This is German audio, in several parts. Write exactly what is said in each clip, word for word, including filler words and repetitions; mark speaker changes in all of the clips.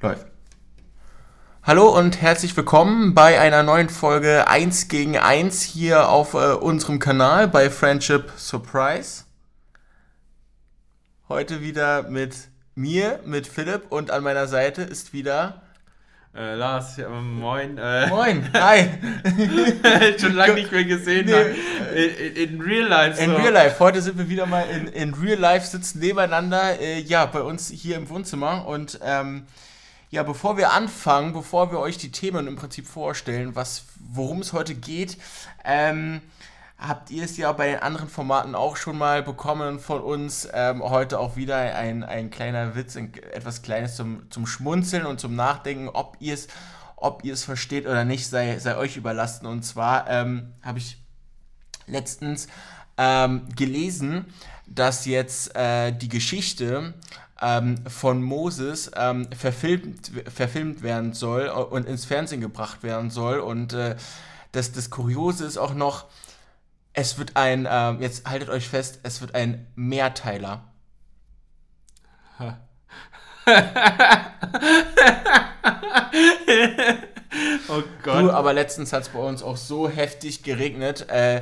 Speaker 1: Läuft. Hallo und herzlich willkommen bei einer neuen Folge eins gegen eins hier auf äh, unserem Kanal bei Friendship Surprise. Heute wieder mit mir, mit Philipp, und an meiner Seite ist wieder...
Speaker 2: Äh, Lars, ja, moin. Äh,
Speaker 1: Moin, hi.
Speaker 2: Schon lange nicht mehr gesehen. Nee. In, in Real Life. So.
Speaker 1: In Real Life. Heute sind wir wieder mal in, in Real Life, sitzen nebeneinander, äh, ja, bei uns hier im Wohnzimmer. Und ähm, ja, bevor wir anfangen, bevor wir euch die Themen im Prinzip vorstellen, was, worum es heute geht, ähm, habt ihr es ja bei den anderen Formaten auch schon mal bekommen von uns. Ähm, heute auch wieder ein, ein kleiner Witz, ein, etwas Kleines zum, zum Schmunzeln und zum Nachdenken, ob ihr es ob ihr es versteht oder nicht, sei, sei euch überlassen. Und zwar ähm, habe ich letztens ähm, gelesen, dass jetzt äh, die Geschichte ähm, von Moses ähm, verfilmt, verfilmt werden soll und ins Fernsehen gebracht werden soll. Und äh, das, das Kuriose ist auch noch, es wird ein, ähm, jetzt haltet euch fest, es wird ein Mehrteiler. Oh Gott. Du, aber letztens hat es bei uns auch so heftig geregnet. Äh,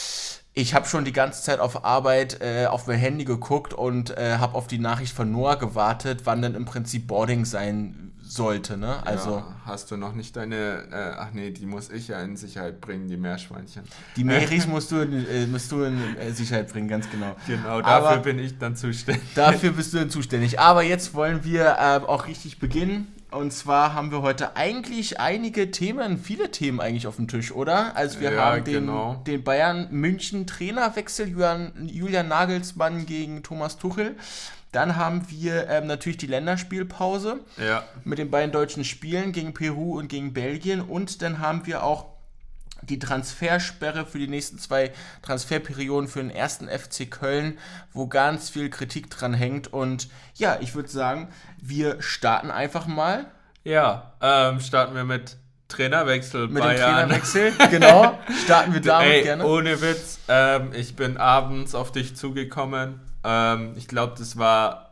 Speaker 1: ich habe schon die ganze Zeit auf Arbeit äh, auf mein Handy geguckt und äh, habe auf die Nachricht von Noah gewartet, wann denn im Prinzip Boarding sein sollte, ne? Also
Speaker 2: ja, hast du noch nicht deine, äh, ach nee, die muss ich ja in Sicherheit bringen, die Meerschweinchen.
Speaker 1: Die Meeris musst du, äh, musst du in äh, Sicherheit bringen, ganz genau.
Speaker 2: Genau, dafür aber bin ich dann zuständig.
Speaker 1: Dafür bist du dann zuständig. Aber jetzt wollen wir äh, auch richtig beginnen. Und zwar haben wir heute eigentlich einige Themen, viele Themen eigentlich auf dem Tisch, oder? Also wir
Speaker 2: ja,
Speaker 1: haben den,
Speaker 2: genau.
Speaker 1: den Bayern-München-Trainerwechsel, Julian, Julian Nagelsmann gegen Thomas Tuchel. Dann haben wir ähm, natürlich die Länderspielpause
Speaker 2: ja.
Speaker 1: mit den beiden deutschen Spielen gegen Peru und gegen Belgien. Und dann haben wir auch die Transfersperre für die nächsten zwei Transferperioden für den ersten F C Köln, wo ganz viel Kritik dran hängt. Und ja, ich würde sagen, wir starten einfach mal.
Speaker 2: Ja, ähm, starten wir mit Trainerwechsel.
Speaker 1: Mit
Speaker 2: Bayern.
Speaker 1: dem Trainerwechsel, genau. Starten wir damit
Speaker 2: Ey,
Speaker 1: gerne.
Speaker 2: Ohne Witz, ähm, ich bin abends auf dich zugekommen. Ähm, ich glaube, das war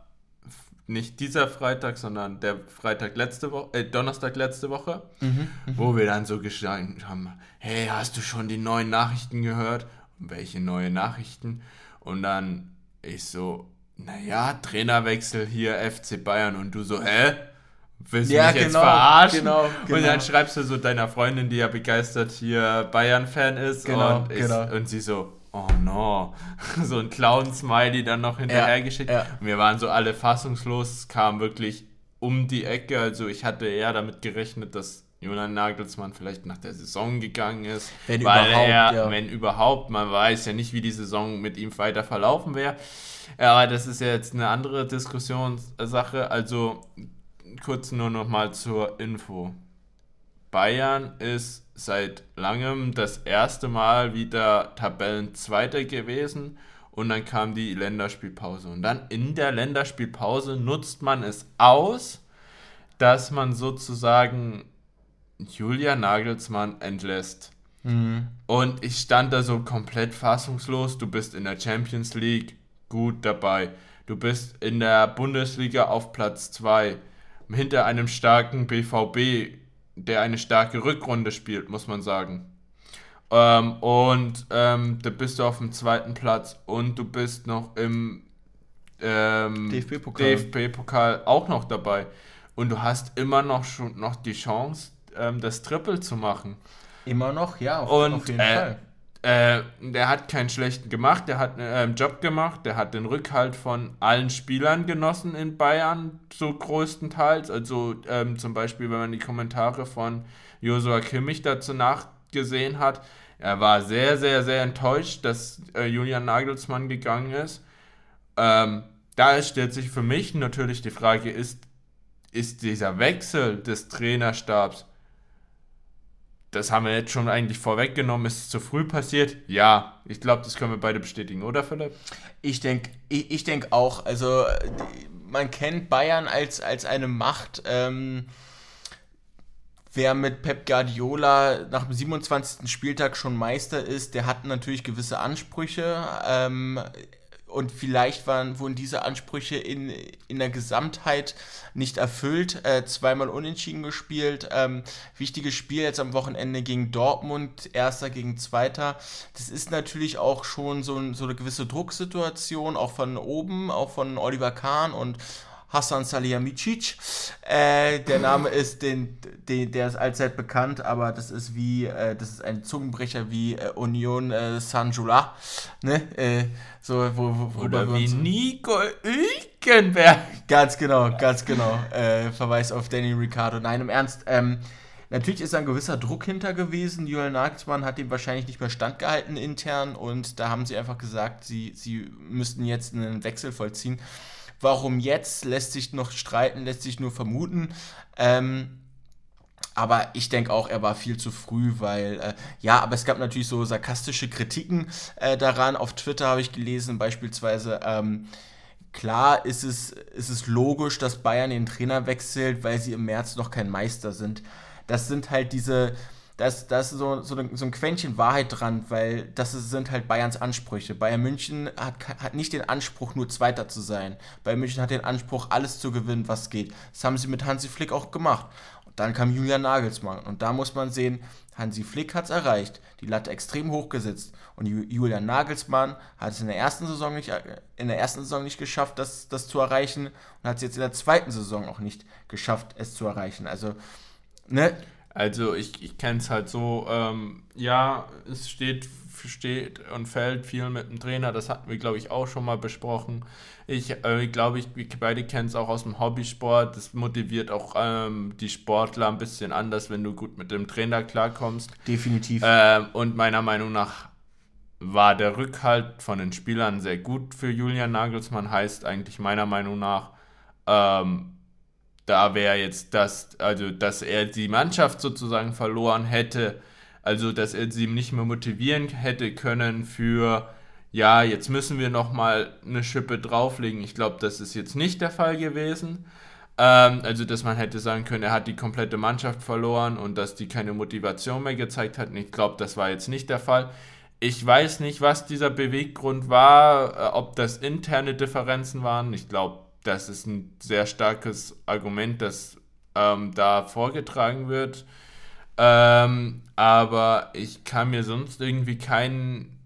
Speaker 2: nicht dieser Freitag, sondern der Freitag letzte Woche, äh, Donnerstag letzte Woche, mhm, wo wir dann so gestanden haben, hey, hast du schon die neuen Nachrichten gehört? Und welche neue Nachrichten? Und dann ich so, naja, Trainerwechsel hier, F C Bayern. Und du so, hä? Willst du
Speaker 1: ja,
Speaker 2: mich
Speaker 1: genau,
Speaker 2: jetzt verarschen?
Speaker 1: Genau, genau.
Speaker 2: Und dann schreibst du so deiner Freundin, die ja begeistert hier Bayern-Fan ist.
Speaker 1: Genau,
Speaker 2: und, ich,
Speaker 1: genau.
Speaker 2: und sie so, oh no, so ein Clown-Smiley dann noch hinterher
Speaker 1: ja,
Speaker 2: geschickt.
Speaker 1: Ja.
Speaker 2: Und wir waren so alle fassungslos, es kam wirklich um die Ecke. Also ich hatte eher damit gerechnet, dass Julian Nagelsmann vielleicht nach der Saison gegangen ist.
Speaker 1: Wenn
Speaker 2: weil
Speaker 1: überhaupt,
Speaker 2: er,
Speaker 1: ja.
Speaker 2: wenn überhaupt, man weiß ja nicht, wie die Saison mit ihm weiter verlaufen wäre. Aber das ist ja jetzt eine andere Diskussionssache. Also kurz nur noch mal zur Info. Bayern ist seit langem das erste Mal wieder Tabellenzweiter gewesen und dann kam die Länderspielpause. Und dann in der Länderspielpause nutzt man es aus, dass man sozusagen Julian Nagelsmann entlässt.
Speaker 1: Mhm.
Speaker 2: Und ich stand da so komplett fassungslos. Du bist in der Champions League gut dabei. Du bist in der Bundesliga auf Platz zwei. Hinter einem starken B V B, der eine starke Rückrunde spielt, muss man sagen. Ähm, und ähm, da bist du auf dem zweiten Platz und du bist noch im ähm,
Speaker 1: D F B-Pokal.
Speaker 2: D F B-Pokal auch noch dabei. Und du hast immer noch schon noch die Chance, ähm, das Triple zu machen.
Speaker 1: Immer noch, ja, auf,
Speaker 2: und,
Speaker 1: auf jeden
Speaker 2: äh,
Speaker 1: Fall.
Speaker 2: Äh, der hat keinen schlechten gemacht, der hat einen äh, Job gemacht, der hat den Rückhalt von allen Spielern genossen in Bayern, so größtenteils. Also ähm, zum Beispiel, wenn man die Kommentare von Joshua Kimmich dazu nachgesehen hat, er war sehr, sehr, sehr enttäuscht, dass äh, Julian Nagelsmann gegangen ist. Ähm, da stellt sich für mich natürlich die Frage, ist, ist dieser Wechsel des Trainerstabs, das haben wir jetzt schon eigentlich vorweggenommen, ist es zu früh passiert? Ja, ich glaube, das können wir beide bestätigen, oder Philipp?
Speaker 1: Ich denke ich, ich denk auch, also man kennt Bayern als, als eine Macht, ähm, wer mit Pep Guardiola nach dem siebenundzwanzigsten Spieltag schon Meister ist, der hat natürlich gewisse Ansprüche, ähm, und vielleicht waren, wurden diese Ansprüche in, in der Gesamtheit nicht erfüllt. Äh, zweimal unentschieden gespielt. Ähm, wichtiges Spiel jetzt am Wochenende gegen Dortmund, Erster gegen Zweiter. Das ist natürlich auch schon so, ein, so eine gewisse Drucksituation, auch von oben, auch von Oliver Kahn und Hasan Salihamidzic. Äh, der Name ist, den, den, der ist allzeit bekannt, aber das ist wie, äh, das ist ein Zungenbrecher wie äh, Union äh, Saint-Gilloise, ne? Äh, so, wo, wo,
Speaker 2: Oder wie Nico Hülkenberg.
Speaker 1: Ganz genau, ganz genau. Äh, Verweis auf Danny Ricciardo. Nein, im Ernst, ähm, natürlich ist ein gewisser Druck hinter gewesen. Julian Nagelsmann hat dem wahrscheinlich nicht mehr standgehalten intern und da haben sie einfach gesagt, sie, sie müssten jetzt einen Wechsel vollziehen. Warum jetzt, lässt sich noch streiten, lässt sich nur vermuten. Ähm, aber ich denke auch, er war viel zu früh, weil, äh, ja, aber es gab natürlich so sarkastische Kritiken äh, daran. Auf Twitter habe ich gelesen, beispielsweise, ähm, klar ist es, ist es logisch, dass Bayern den Trainer wechselt, weil sie im März noch kein Meister sind. Das sind halt diese... Da ist, da ist so, so, ein, so ein Quäntchen Wahrheit dran, weil das ist, sind halt Bayerns Ansprüche. Bayern München hat, hat nicht den Anspruch, nur Zweiter zu sein. Bayern München hat den Anspruch, alles zu gewinnen, was geht. Das haben sie mit Hansi Flick auch gemacht. Und dann kam Julian Nagelsmann. Und da muss man sehen, Hansi Flick hat es erreicht. Die Latte extrem hoch gesetzt. Und Julian Nagelsmann hat es in der ersten Saison nicht, in der ersten Saison nicht geschafft, das, das zu erreichen. Und hat es jetzt in der zweiten Saison auch nicht geschafft, es zu erreichen. Also, ne?
Speaker 2: Also ich, ich kenne es halt so, ähm, ja, es steht, steht und fällt viel mit dem Trainer, das hatten wir, glaube ich, auch schon mal besprochen. Ich äh, glaube, ich, wir beide kennen es auch aus dem Hobbysport, das motiviert auch ähm, die Sportler ein bisschen anders, wenn du gut mit dem Trainer klarkommst.
Speaker 1: Definitiv.
Speaker 2: Ähm, und meiner Meinung nach war der Rückhalt von den Spielern sehr gut für Julian Nagelsmann, heißt eigentlich meiner Meinung nach, ähm, da wäre jetzt das, also dass er die Mannschaft sozusagen verloren hätte, also dass er sie nicht mehr motivieren hätte können für, ja, jetzt müssen wir nochmal eine Schippe drauflegen. Ich glaube, das ist jetzt nicht der Fall gewesen. Ähm, also dass man hätte sagen können, er hat die komplette Mannschaft verloren und dass die keine Motivation mehr gezeigt hatten. Ich glaube, das war jetzt nicht der Fall. Ich weiß nicht, was dieser Beweggrund war, äh, ob das interne Differenzen waren. Ich glaube, das ist ein sehr starkes Argument, das ähm, da vorgetragen wird. Ähm, aber ich kann mir sonst irgendwie kein,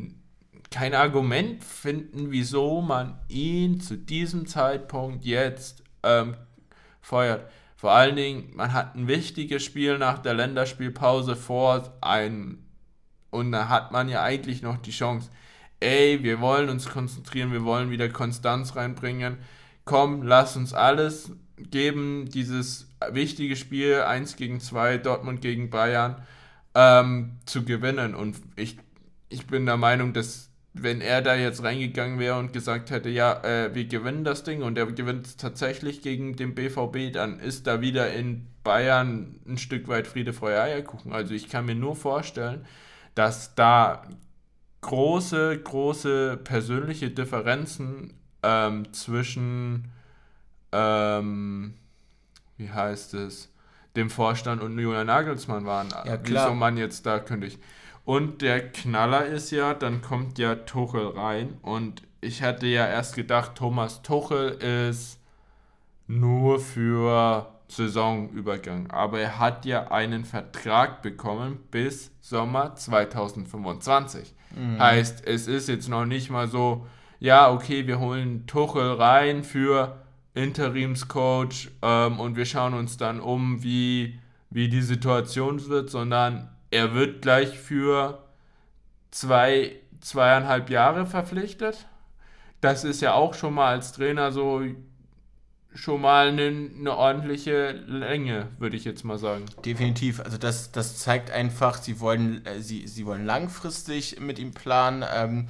Speaker 2: kein Argument finden, wieso man ihn zu diesem Zeitpunkt jetzt ähm, feuert. Vor allen Dingen, man hat ein wichtiges Spiel nach der Länderspielpause vor ein, und da hat man ja eigentlich noch die Chance, ey, wir wollen uns konzentrieren, wir wollen wieder Konstanz reinbringen. Komm, lass uns alles geben, dieses wichtige Spiel eins gegen zwei, Dortmund gegen Bayern, ähm, zu gewinnen. Und ich, ich bin der Meinung, dass wenn er da jetzt reingegangen wäre und gesagt hätte, ja, äh, wir gewinnen das Ding und er gewinnt es tatsächlich gegen den B V B, dann ist da wieder in Bayern ein Stück weit Friede, Freude, Eierkuchen. Also ich kann mir nur vorstellen, dass da große, große persönliche Differenzen Ähm, zwischen, ähm, wie heißt es, dem Vorstand und Julian Nagelsmann waren.
Speaker 1: Ja, klar.
Speaker 2: Wieso man jetzt da kündigt. Und der Knaller ist ja, dann kommt ja Tuchel rein und ich hatte ja erst gedacht, Thomas Tuchel ist nur für Saisonübergang, aber er hat ja einen Vertrag bekommen bis Sommer zwanzig fünfundzwanzig. Mhm. Heißt, es ist jetzt noch nicht mal so, ja, okay, wir holen Tuchel rein für Interimscoach ähm, und wir schauen uns dann um, wie, wie die Situation wird, sondern er wird gleich für zwei, zweieinhalb Jahre verpflichtet. Das ist ja auch schon mal als Trainer so schon mal eine, eine ordentliche Länge, würde ich jetzt mal sagen.
Speaker 1: Definitiv, also das, das zeigt einfach, sie wollen, äh, sie, sie wollen langfristig mit ihm planen, ähm,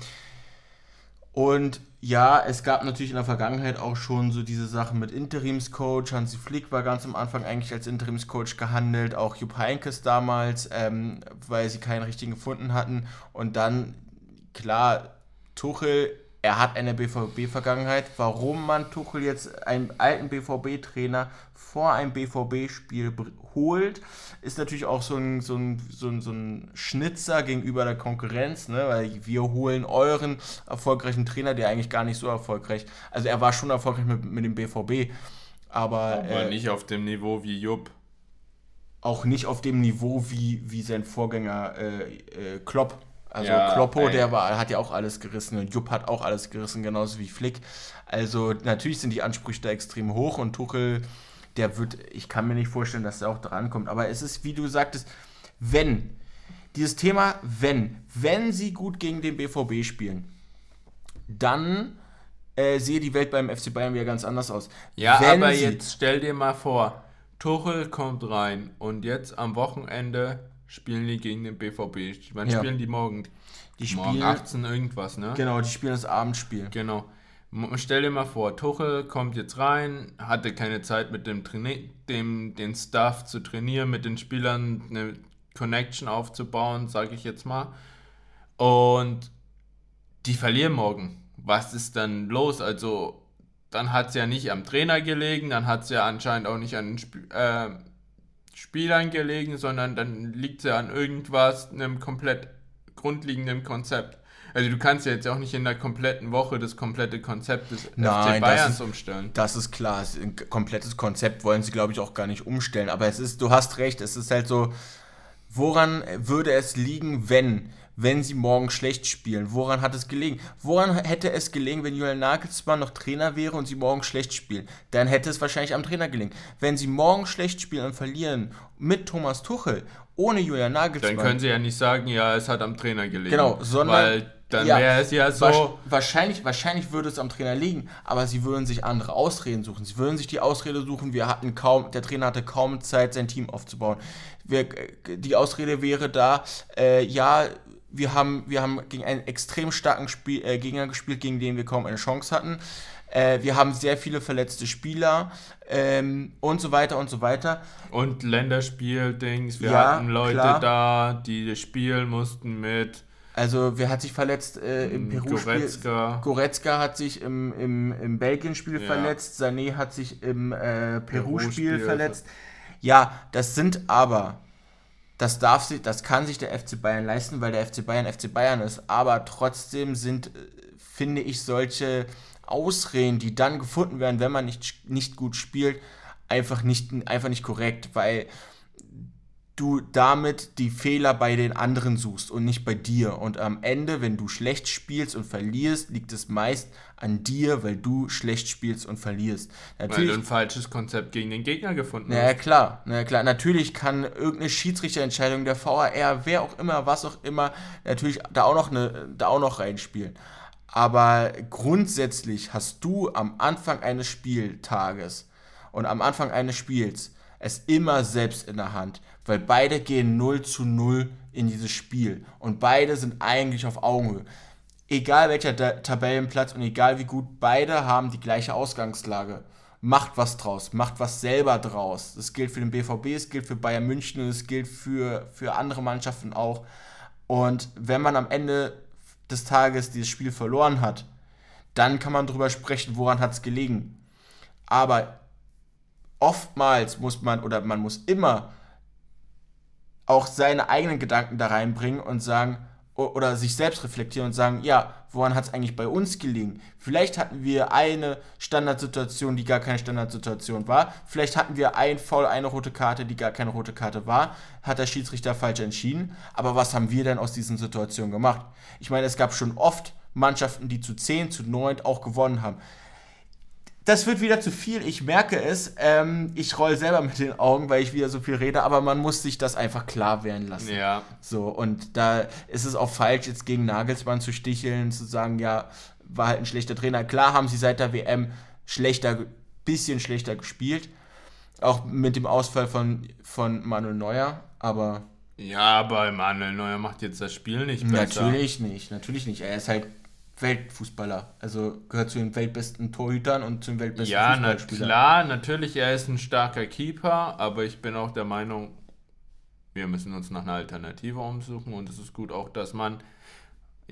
Speaker 1: und ja, es gab natürlich in der Vergangenheit auch schon so diese Sachen mit Interimscoach. Hansi Flick war ganz am Anfang eigentlich als Interimscoach gehandelt, auch Jupp Heynckes damals, ähm, weil sie keinen richtigen gefunden hatten. Und dann, klar, Tuchel er hat eine B V B-Vergangenheit. Warum man Tuchel jetzt einen alten B V B-Trainer vor einem B V B-Spiel holt, ist natürlich auch so ein, so ein, so ein, so ein Schnitzer gegenüber der Konkurrenz, ne? Weil wir holen euren erfolgreichen Trainer, der eigentlich gar nicht so erfolgreich, also er war schon erfolgreich mit, mit dem B V B, aber,
Speaker 2: aber
Speaker 1: äh,
Speaker 2: nicht auf dem Niveau wie Jupp.
Speaker 1: Auch nicht auf dem Niveau wie, wie sein Vorgänger äh, äh, Klopp. Also
Speaker 2: ja,
Speaker 1: Kloppo,
Speaker 2: ey.
Speaker 1: der war, hat ja auch alles gerissen und Jupp hat auch alles gerissen, genauso wie Flick. Also natürlich sind die Ansprüche da extrem hoch und Tuchel, der wird, ich kann mir nicht vorstellen, dass er auch drankommt. Aber es ist, wie du sagtest, wenn, dieses Thema wenn, wenn sie gut gegen den B V B spielen, dann äh, sehe die Welt beim F C Bayern wieder ganz anders aus.
Speaker 2: Ja,
Speaker 1: wenn
Speaker 2: aber
Speaker 1: sie,
Speaker 2: jetzt stell dir mal vor, Tuchel kommt rein und jetzt am Wochenende spielen die gegen den B V B. Wann
Speaker 1: Ja.
Speaker 2: spielen die morgen?
Speaker 1: die
Speaker 2: Morgen
Speaker 1: spielen,
Speaker 2: achtzehn irgendwas, ne?
Speaker 1: genau, die spielen das Abendspiel.
Speaker 2: Genau. M- Stell dir mal vor, Tuchel kommt jetzt rein, hatte keine Zeit mit dem Traini- dem den Staff zu trainieren, mit den Spielern eine Connection aufzubauen, sage ich jetzt mal. Und die verlieren morgen. Was ist dann los? Also, dann hat es ja nicht am Trainer gelegen, dann hat es ja anscheinend auch nicht an den Sp- äh, Spielern gelegen, sondern dann liegt es ja an irgendwas, einem komplett grundlegenden Konzept. Also du kannst ja jetzt auch nicht in der kompletten Woche das komplette Konzept des F C
Speaker 1: Nein, das
Speaker 2: Bayerns
Speaker 1: ist-
Speaker 2: umstellen.
Speaker 1: Das ist klar, es- ein komplettes Konzept wollen sie, glaube ich, auch gar nicht umstellen. Aber es ist, du hast recht, es ist halt so, woran würde es liegen, wenn, wenn sie morgen schlecht spielen? Woran hat es gelegen? Woran hätte es gelegen, wenn Julian Nagelsmann noch Trainer wäre und sie morgen schlecht spielen? Dann hätte es wahrscheinlich am Trainer gelegen. Wenn sie morgen schlecht spielen und verlieren mit Thomas Tuchel, ohne Julian Nagelsmann,
Speaker 2: Dann können sie ja nicht sagen, ja, es hat am Trainer gelegen.
Speaker 1: Genau, sondern-
Speaker 2: Weil dann
Speaker 1: ja,
Speaker 2: wäre es ja so...
Speaker 1: Wasch- Wahrscheinlich, wahrscheinlich würde es am Trainer liegen, aber sie würden sich andere Ausreden suchen. Sie würden sich die Ausrede suchen, wir hatten kaum, der Trainer hatte kaum Zeit, sein Team aufzubauen. Wir, die Ausrede wäre da, äh, ja, wir haben, wir haben gegen einen extrem starken Spiel, äh, Gegner gespielt, gegen den wir kaum eine Chance hatten. Äh, wir haben sehr viele verletzte Spieler ähm, und so weiter und so weiter.
Speaker 2: Und Länderspiel-Dings, wir
Speaker 1: Ja,
Speaker 2: hatten Leute
Speaker 1: klar.
Speaker 2: da, die spielen mussten mit
Speaker 1: Also, wer hat sich verletzt äh, im Peru-Spiel?
Speaker 2: Goretzka.
Speaker 1: Goretzka hat sich im, im, im Belgien-Spiel
Speaker 2: Ja.
Speaker 1: verletzt, Sané hat sich im äh, Peru-Spiel
Speaker 2: Peru-Spiel
Speaker 1: verletzt. Ja, das sind aber, das darf sich, das kann sich der F C Bayern leisten, weil der F C Bayern F C Bayern ist. Aber trotzdem sind, äh, finde ich, solche Ausreden, die dann gefunden werden, wenn man nicht, nicht gut spielt, einfach nicht, einfach nicht korrekt, weil du damit die Fehler bei den anderen suchst und nicht bei dir. Und am Ende, wenn du schlecht spielst und verlierst, liegt es meist an dir, weil du schlecht spielst und verlierst.
Speaker 2: Weil
Speaker 1: Natürlich,
Speaker 2: du ein falsches Konzept gegen den Gegner gefunden
Speaker 1: na ja,
Speaker 2: hast.
Speaker 1: klar, na ja, klar, natürlich kann irgendeine Schiedsrichterentscheidung, der V A R, wer auch immer, was auch immer, natürlich da auch noch, eine, da auch noch reinspielen. Aber grundsätzlich hast du am Anfang eines Spieltages und am Anfang eines Spiels es immer selbst in der Hand, weil beide gehen null zu null in dieses Spiel und beide sind eigentlich auf Augenhöhe. Egal welcher Ta- Tabellenplatz und egal wie gut, beide haben die gleiche Ausgangslage. Macht was draus, macht was selber draus. Das gilt für den B V B, es gilt für Bayern München und es gilt für, für andere Mannschaften auch. Und wenn man am Ende des Tages dieses Spiel verloren hat, dann kann man drüber sprechen, woran hat es gelegen. Aber oftmals muss man oder man muss immer auch seine eigenen Gedanken da reinbringen und sagen, o- oder sich selbst reflektieren und sagen, ja, woran hat es eigentlich bei uns gelegen? Vielleicht hatten wir eine Standardsituation, die gar keine Standardsituation war. Vielleicht hatten wir ein Foul, eine rote Karte, die gar keine rote Karte war. Hat der Schiedsrichter falsch entschieden. Aber was haben wir denn aus diesen Situationen gemacht? Ich meine, es gab schon oft Mannschaften, die zu zehn, zu neun auch gewonnen haben. Das wird wieder zu viel, ich merke es. Ähm, ich roll selber mit den Augen, weil ich wieder so viel rede, aber man muss sich das einfach klar werden lassen.
Speaker 2: Ja.
Speaker 1: So, und da ist es auch falsch, jetzt gegen Nagelsmann zu sticheln, zu sagen, ja, war halt ein schlechter Trainer. Klar haben sie seit der W M schlechter, bisschen schlechter gespielt. Auch mit dem Ausfall von, von Manuel Neuer, aber
Speaker 2: Ja, aber Manuel Neuer macht jetzt das Spiel nicht besser.
Speaker 1: natürlich nicht, natürlich nicht. Er ist halt Weltfußballer, also gehört zu den weltbesten Torhütern und zu den weltbesten
Speaker 2: Ja, na
Speaker 1: Fußballspielern.
Speaker 2: klar, natürlich, er ist ein starker Keeper, aber ich bin auch der Meinung, wir müssen uns nach einer Alternative umsuchen und es ist gut auch, dass man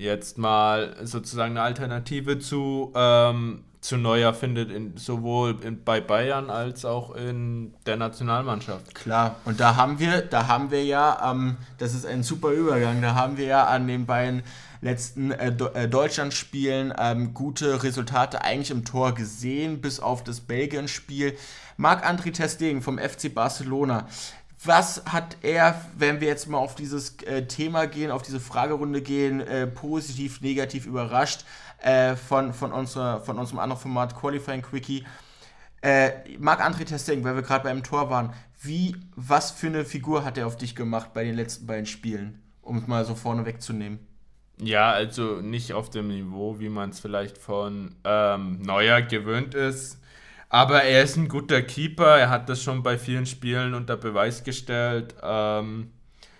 Speaker 2: jetzt mal sozusagen eine Alternative zu, ähm, zu Neuer findet, in, sowohl in, bei Bayern als auch in der Nationalmannschaft.
Speaker 1: Klar, und da haben wir, da haben wir ja, ähm, das ist ein super Übergang, da haben wir ja an den beiden letzten äh, Do- äh, Deutschlandspielen ähm, gute Resultate eigentlich im Tor gesehen, bis auf das Belgien-Spiel. Marc-André ter Stegen vom F C Barcelona. Was hat er, wenn wir jetzt mal auf dieses äh, Thema gehen, auf diese Fragerunde gehen, äh, positiv, negativ überrascht äh, von, von, unserer, von unserem anderen Format Qualifying Quickie? Äh, Marc-André ter Stegen, weil wir gerade beim Tor waren, wie, was für eine Figur hat er auf dich gemacht bei den letzten beiden Spielen, um es mal so vorne wegzunehmen?
Speaker 2: Ja, also nicht auf dem Niveau, wie man es vielleicht von ähm, Neuer gewöhnt ist. Aber er ist ein guter Keeper, er hat das schon bei vielen Spielen unter Beweis gestellt. Ähm,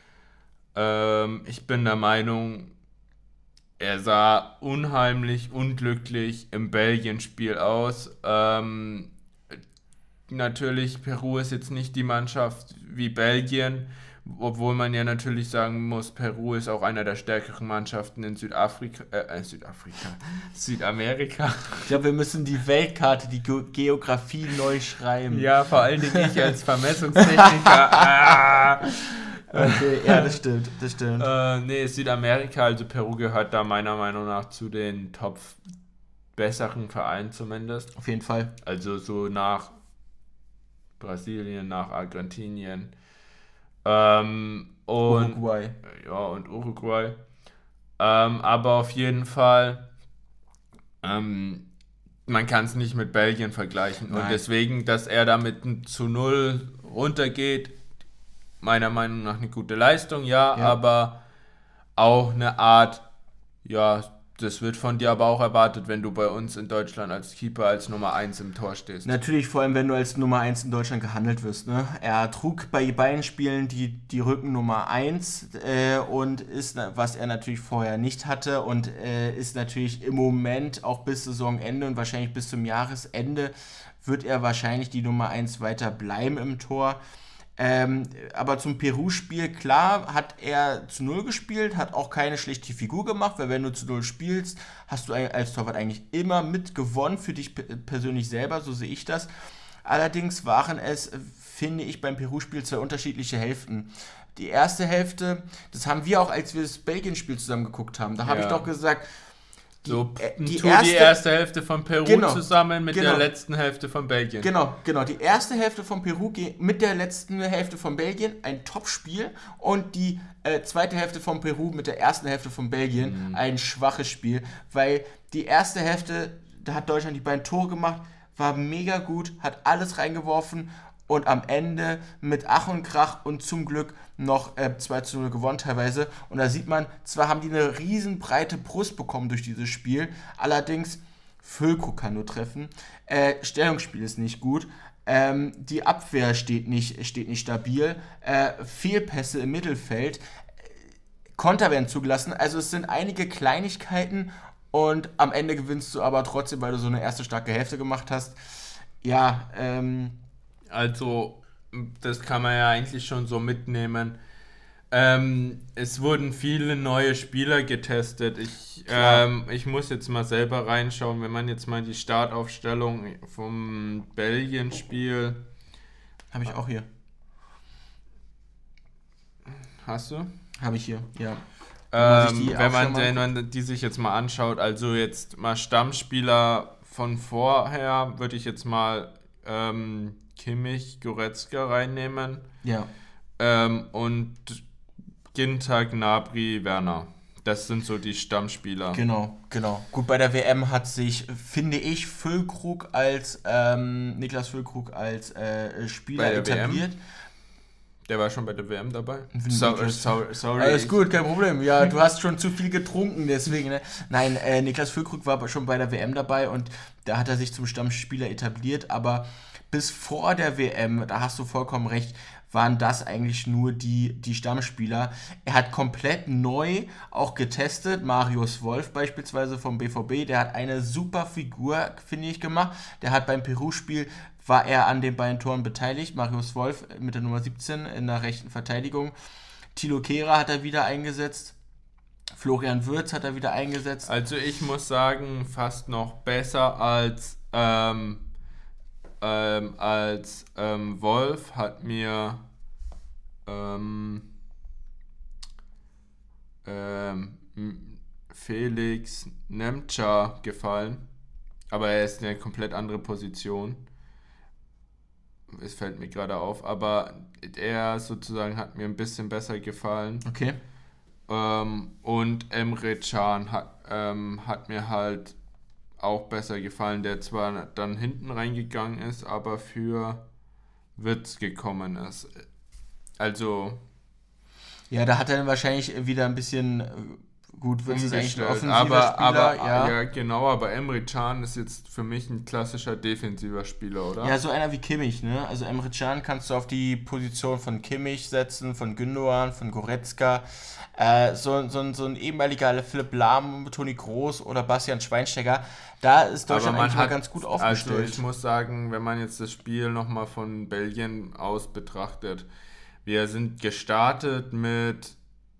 Speaker 2: ähm, ich bin der Meinung, er sah unheimlich unglücklich im Belgien-Spiel aus. Ähm, natürlich, Peru ist jetzt nicht die Mannschaft wie Belgien, obwohl man ja natürlich sagen muss, Peru ist auch einer der stärkeren Mannschaften in Südafrika, äh, Südafrika, Südamerika.
Speaker 1: Ich glaube, wir müssen die Weltkarte, die Ge- Geografie neu schreiben.
Speaker 2: Ja, vor allen Dingen ich als Vermessungstechniker. ah.
Speaker 1: Okay, ja, das stimmt, das stimmt.
Speaker 2: Äh, nee, Südamerika, also Peru gehört da meiner Meinung nach zu den top besseren Vereinen zumindest.
Speaker 1: Auf jeden Fall.
Speaker 2: Also so nach Brasilien, nach Argentinien. Ähm, und
Speaker 1: Uruguay.
Speaker 2: Ja, und Uruguay. Ähm, aber auf jeden Fall, ähm, man kann es nicht mit Belgien vergleichen.
Speaker 1: Nein.
Speaker 2: Und deswegen, dass er da mit einem zu null runtergeht, meiner Meinung nach eine gute Leistung, ja,
Speaker 1: Ja.
Speaker 2: aber auch eine Art, ja, das wird von dir aber auch erwartet, wenn du bei uns in Deutschland als Keeper als Nummer eins im Tor stehst.
Speaker 1: Natürlich, vor allem, wenn du als Nummer eins in Deutschland gehandelt wirst. Ne? Er trug bei beiden Spielen die, die Rücken Nummer eins äh, und ist, was er natürlich vorher nicht hatte und äh, ist natürlich im Moment auch bis Saisonende und wahrscheinlich bis zum Jahresende wird er wahrscheinlich die Nummer eins weiter bleiben im Tor. Ähm, aber zum Peru-Spiel, klar, hat er zu Null gespielt, hat auch keine schlechte Figur gemacht, weil wenn du zu Null spielst, hast du als Torwart eigentlich immer mitgewonnen für dich p- persönlich selber, so sehe ich das. Allerdings waren es, finde ich, beim Peru-Spiel zwei unterschiedliche Hälften. Die erste Hälfte, das haben wir auch, als wir das Belgien-Spiel zusammen geguckt haben, da habe
Speaker 2: Ja.
Speaker 1: ich doch gesagt, die,
Speaker 2: So,
Speaker 1: äh, die,
Speaker 2: tu
Speaker 1: erste,
Speaker 2: die erste Hälfte von Peru
Speaker 1: Genau,
Speaker 2: zusammen mit
Speaker 1: genau.
Speaker 2: der letzten Hälfte von Belgien.
Speaker 1: Genau, genau. Die erste Hälfte von Peru ge- mit der letzten Hälfte von Belgien, ein Top-Spiel. Und die äh, zweite Hälfte von Peru mit der ersten Hälfte von Belgien,
Speaker 2: Mhm.
Speaker 1: ein schwaches Spiel. Weil die erste Hälfte, da hat Deutschland die beiden Tore gemacht, war mega gut, hat alles reingeworfen und am Ende mit Ach und Krach und zum Glück noch äh, zwei zu null gewonnen teilweise. Und da sieht man, zwar haben die eine riesen breite Brust bekommen durch dieses Spiel, allerdings Füllkrug kann nur treffen. Äh, Stellungsspiel ist nicht gut. Ähm, die Abwehr steht nicht, steht nicht stabil. Äh, Fehlpässe im Mittelfeld. Konter werden zugelassen. Also es sind einige Kleinigkeiten und am Ende gewinnst du aber trotzdem, weil du so eine erste starke Hälfte gemacht hast. Ja, ähm,
Speaker 2: Also, das kann man ja eigentlich schon so mitnehmen. Ähm, es wurden viele neue Spieler getestet. Ich,
Speaker 1: Klar.
Speaker 2: ähm, ich muss jetzt mal selber reinschauen, wenn man jetzt mal die Startaufstellung vom Belgien-Spiel.
Speaker 1: habe ich auch hier.
Speaker 2: Hast du?
Speaker 1: Habe ich hier, ja. man sich
Speaker 2: Ähm,
Speaker 1: die
Speaker 2: wenn, man,
Speaker 1: Aufstellung
Speaker 2: wenn man die sich jetzt mal anschaut, also jetzt mal Stammspieler von vorher, würde ich jetzt mal ähm, Kimmich, Goretzka reinnehmen
Speaker 1: Ja.
Speaker 2: ähm, und Ginter, Gnabry, Werner. Das sind so die Stammspieler.
Speaker 1: Genau, genau. Gut, bei der W M hat sich, finde ich, Füllkrug als, ähm, Niklas Füllkrug als äh, Spieler
Speaker 2: Bei der W M?
Speaker 1: etabliert.
Speaker 2: Der war schon bei der W M dabei.
Speaker 1: Wie
Speaker 2: So,
Speaker 1: Niklas-
Speaker 2: so, sorry.
Speaker 1: Alles
Speaker 2: ich-
Speaker 1: gut, kein Problem. Ja, du hast schon zu viel getrunken, deswegen. Ne? Nein, äh, Niklas Füllkrug war schon bei der W M dabei und da hat er sich zum Stammspieler etabliert, aber bis vor der W M, da hast du vollkommen recht, waren das eigentlich nur die, die Stammspieler. Er hat komplett neu auch getestet. Marius Wolf beispielsweise vom B V B, der hat eine super Figur, finde ich, gemacht. Der hat beim Peru-Spiel, war er an den beiden Toren beteiligt. Marius Wolf mit der Nummer siebzehn in der rechten Verteidigung. Thilo Kehrer hat er wieder eingesetzt. Florian Wirtz hat er wieder eingesetzt.
Speaker 2: Also ich muss sagen, fast noch besser als ähm, ähm, als ähm, Wolf hat mir ähm, ähm, Felix Nemtscher gefallen, aber er ist eine komplett andere Position. Es fällt mir gerade auf, aber er sozusagen hat mir ein bisschen besser gefallen.
Speaker 1: Okay.
Speaker 2: Ähm, und Emre Can hat, ähm, hat mir halt auch besser gefallen, der zwar dann hinten reingegangen ist, aber für Wirtz gekommen ist. Also...
Speaker 1: Ja, da hat er dann wahrscheinlich wieder ein bisschen... Gut, Wirtz ist eigentlich ein offensiver
Speaker 2: aber,
Speaker 1: Spieler.
Speaker 2: Aber,
Speaker 1: ja.
Speaker 2: ja, genau, aber Emre Can ist jetzt für mich ein klassischer defensiver Spieler, oder?
Speaker 1: Ja, so einer wie Kimmich, ne? Also Emre Can kannst du auf die Position von Kimmich setzen, von Gündogan, von Goretzka. Äh, so, so, so ein ehemaliger Philipp Lahm, Toni Kroos oder Bastian Schweinsteiger. Da ist Deutschland eigentlich mal ganz gut aufgestellt.
Speaker 2: Also ich muss sagen, wenn man jetzt das Spiel nochmal von Belgien aus betrachtet, wir sind gestartet mit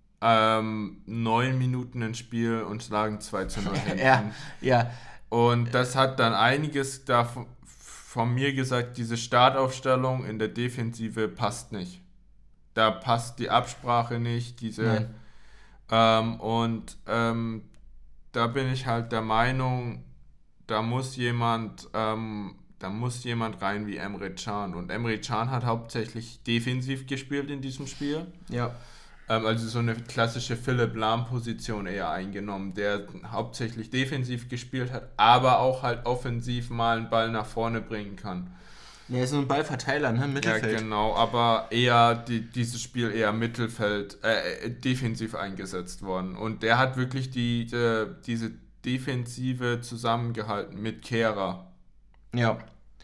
Speaker 2: ähm, neun Minuten ins Spiel und lagen zwei zu null hinten.
Speaker 1: ja, ja.
Speaker 2: Und das hat dann einiges davon von mir gesagt, diese Startaufstellung in der Defensive passt nicht. Da passt die Absprache nicht, diese ähm, und ähm, da bin ich halt der Meinung, da muss jemand ähm, da muss jemand rein wie Emre Can. Und Emre Can hat hauptsächlich defensiv gespielt in diesem Spiel.
Speaker 1: Ja.
Speaker 2: Ähm, also so eine klassische Philipp Lahm-Position eher eingenommen, der hauptsächlich defensiv gespielt hat, aber auch halt offensiv mal einen Ball nach vorne bringen kann.
Speaker 1: Ja, er ist so ein Ballverteiler, ne? Mittelfeld.
Speaker 2: Ja, genau, aber eher die, dieses Spiel eher Mittelfeld, äh, defensiv eingesetzt worden. Und der hat wirklich die, die, diese Defensive zusammengehalten mit Kehrer.
Speaker 1: Ja.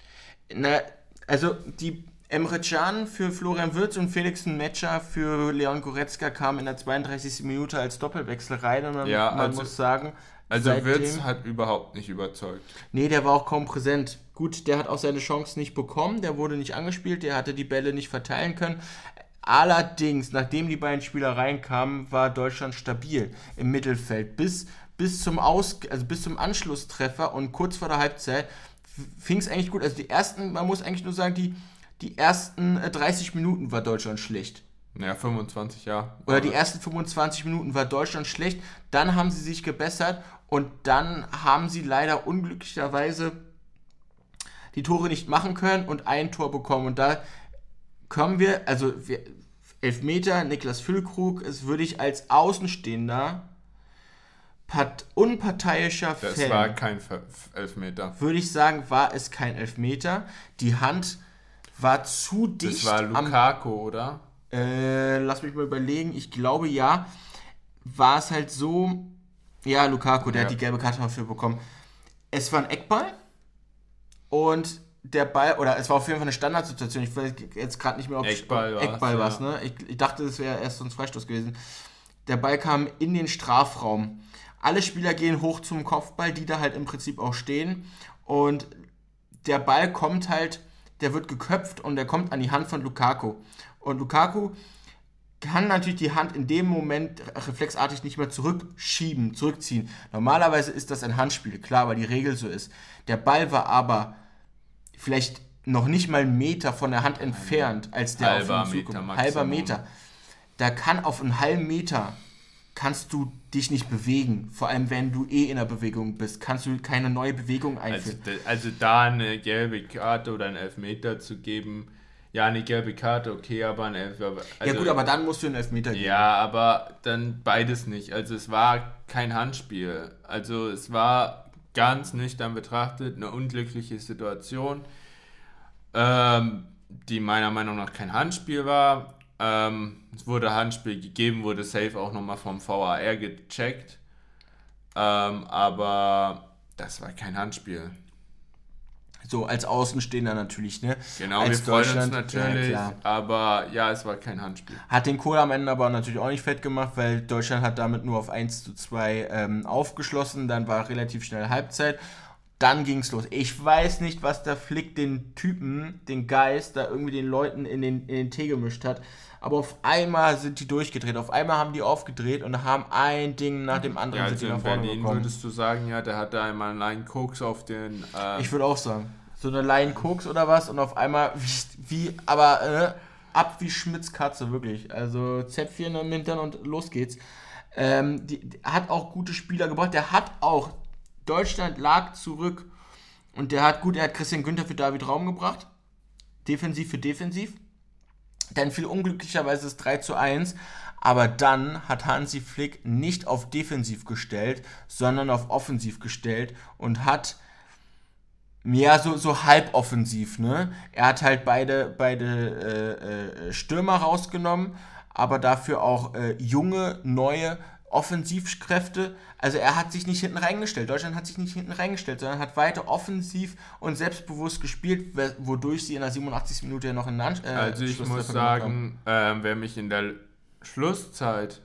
Speaker 1: Na, also die Emre Can für Florian Wirtz und Felix Nemtscher für Leon Goretzka kamen in der zweiunddreißigsten Minute als Doppelwechsel rein und man,
Speaker 2: ja,
Speaker 1: man
Speaker 2: also,
Speaker 1: muss sagen,
Speaker 2: also
Speaker 1: seitdem,
Speaker 2: Wirtz hat überhaupt nicht überzeugt.
Speaker 1: Nee, der war auch kaum präsent. Gut, der hat auch seine Chance nicht bekommen, der wurde nicht angespielt, der hatte die Bälle nicht verteilen können. Allerdings, nachdem die beiden Spieler reinkamen, war Deutschland stabil im Mittelfeld. Bis, bis, zum, Aus, also bis zum Anschlusstreffer und kurz vor der Halbzeit fing es eigentlich gut. Also die ersten, man muss eigentlich nur sagen, die, die ersten dreißig Minuten war Deutschland schlecht.
Speaker 2: Ja, fünfundzwanzig, ja.
Speaker 1: Oder die ersten fünfundzwanzig Minuten war Deutschland schlecht. Dann haben sie sich gebessert und dann haben sie leider unglücklicherweise die Tore nicht machen können und ein Tor bekommen. Und da kommen wir, also wir, Elfmeter, Niklas Füllkrug, es würde ich als Außenstehender, part, unparteiischer
Speaker 2: das
Speaker 1: Fan...
Speaker 2: Das war kein Elfmeter.
Speaker 1: Würde ich sagen, war es kein Elfmeter. Die Hand war zu dicht.
Speaker 2: Das war Lukaku, am, oder?
Speaker 1: Äh, lass mich mal überlegen. Ich glaube, ja. War es halt so... Ja, Lukaku, der ja. hat die gelbe Karte dafür bekommen. Es war ein Eckball. Und der Ball, oder es war auf jeden Fall eine Standardsituation. Ich weiß jetzt gerade nicht mehr, ob
Speaker 2: Eckball
Speaker 1: es Eckball war.
Speaker 2: Ja.
Speaker 1: Ne? Ich, ich dachte, das wäre erst so ein Freistoß gewesen. Der Ball kam in den Strafraum. Alle Spieler gehen hoch zum Kopfball, die da halt im Prinzip auch stehen. Und der Ball kommt halt, der wird geköpft und der kommt an die Hand von Lukaku. Und Lukaku kann natürlich die Hand in dem Moment reflexartig nicht mehr zurückschieben, zurückziehen. Normalerweise ist das ein Handspiel, klar, weil die Regel so ist. Der Ball war aber vielleicht noch nicht mal einen Meter von der Hand entfernt, als der
Speaker 2: halber
Speaker 1: auf ihn zukommt.
Speaker 2: Meter
Speaker 1: Halber Meter. Da kann auf einen halben Meter kannst du dich nicht bewegen. Vor allem, wenn du eh in der Bewegung bist, kannst du keine neue Bewegung einführen.
Speaker 2: Also, also da eine gelbe Karte oder einen Elfmeter zu geben, ja, eine gelbe Karte, okay, aber ein Elfmeter. Also,
Speaker 1: ja gut, aber dann musst du einen Elfmeter geben.
Speaker 2: Ja, aber dann beides nicht. Also es war kein Handspiel. Also es war ganz nüchtern betrachtet eine unglückliche Situation, ähm, die meiner Meinung nach kein Handspiel war. Ähm, es wurde Handspiel gegeben, wurde safe auch nochmal vom V A R gecheckt. Ähm, aber das war kein Handspiel.
Speaker 1: So, als Außenstehender natürlich, ne?
Speaker 2: Genau,
Speaker 1: als
Speaker 2: wir freuen uns natürlich,
Speaker 1: ja,
Speaker 2: aber ja, es war kein Handspiel.
Speaker 1: Hat den Kohl am Ende aber natürlich auch nicht fett gemacht, weil Deutschland hat damit nur auf eins zu zwei ähm, aufgeschlossen, dann war relativ schnell Halbzeit dann ging's los. Ich weiß nicht, was der Flick den Typen, den Geist, da irgendwie den Leuten in den, in den Tee gemischt hat. Aber auf einmal sind die durchgedreht. Auf einmal haben die aufgedreht und haben ein Ding nach dem anderen
Speaker 2: Ja,
Speaker 1: sind
Speaker 2: also
Speaker 1: die nach
Speaker 2: in
Speaker 1: vorne
Speaker 2: Berlin
Speaker 1: gekommen.
Speaker 2: würdest du sagen, ja, der hatte einmal einen Line Koks auf den... Äh,
Speaker 1: Ich würde auch sagen. So eine Line Koks oder was und auf einmal wie, wie aber äh, ab wie Schmitz Katze, wirklich. Also Zäpfchen im Hintern und los geht's. Ähm, die, die hat auch gute Spieler gebracht. Der hat auch, Deutschland lag zurück und der hat gut, er hat Christian Günther für David Raum gebracht. Defensiv für defensiv. Dann fiel unglücklicherweise das drei zu eins. Aber dann hat Hansi Flick nicht auf defensiv gestellt, sondern auf offensiv gestellt und hat ja, so, so halb offensiv, ne? Er hat halt beide, beide äh, äh, Stürmer rausgenommen, aber dafür auch äh, junge, neue Offensivkräfte. Also er hat sich nicht hinten reingestellt. Deutschland hat sich nicht hinten reingestellt, sondern hat weiter offensiv und selbstbewusst gespielt, wodurch sie in der siebenundachtzigsten Minute ja noch in Land. Äh,
Speaker 2: also ich muss sagen, äh, wer mich in der Schlusszeit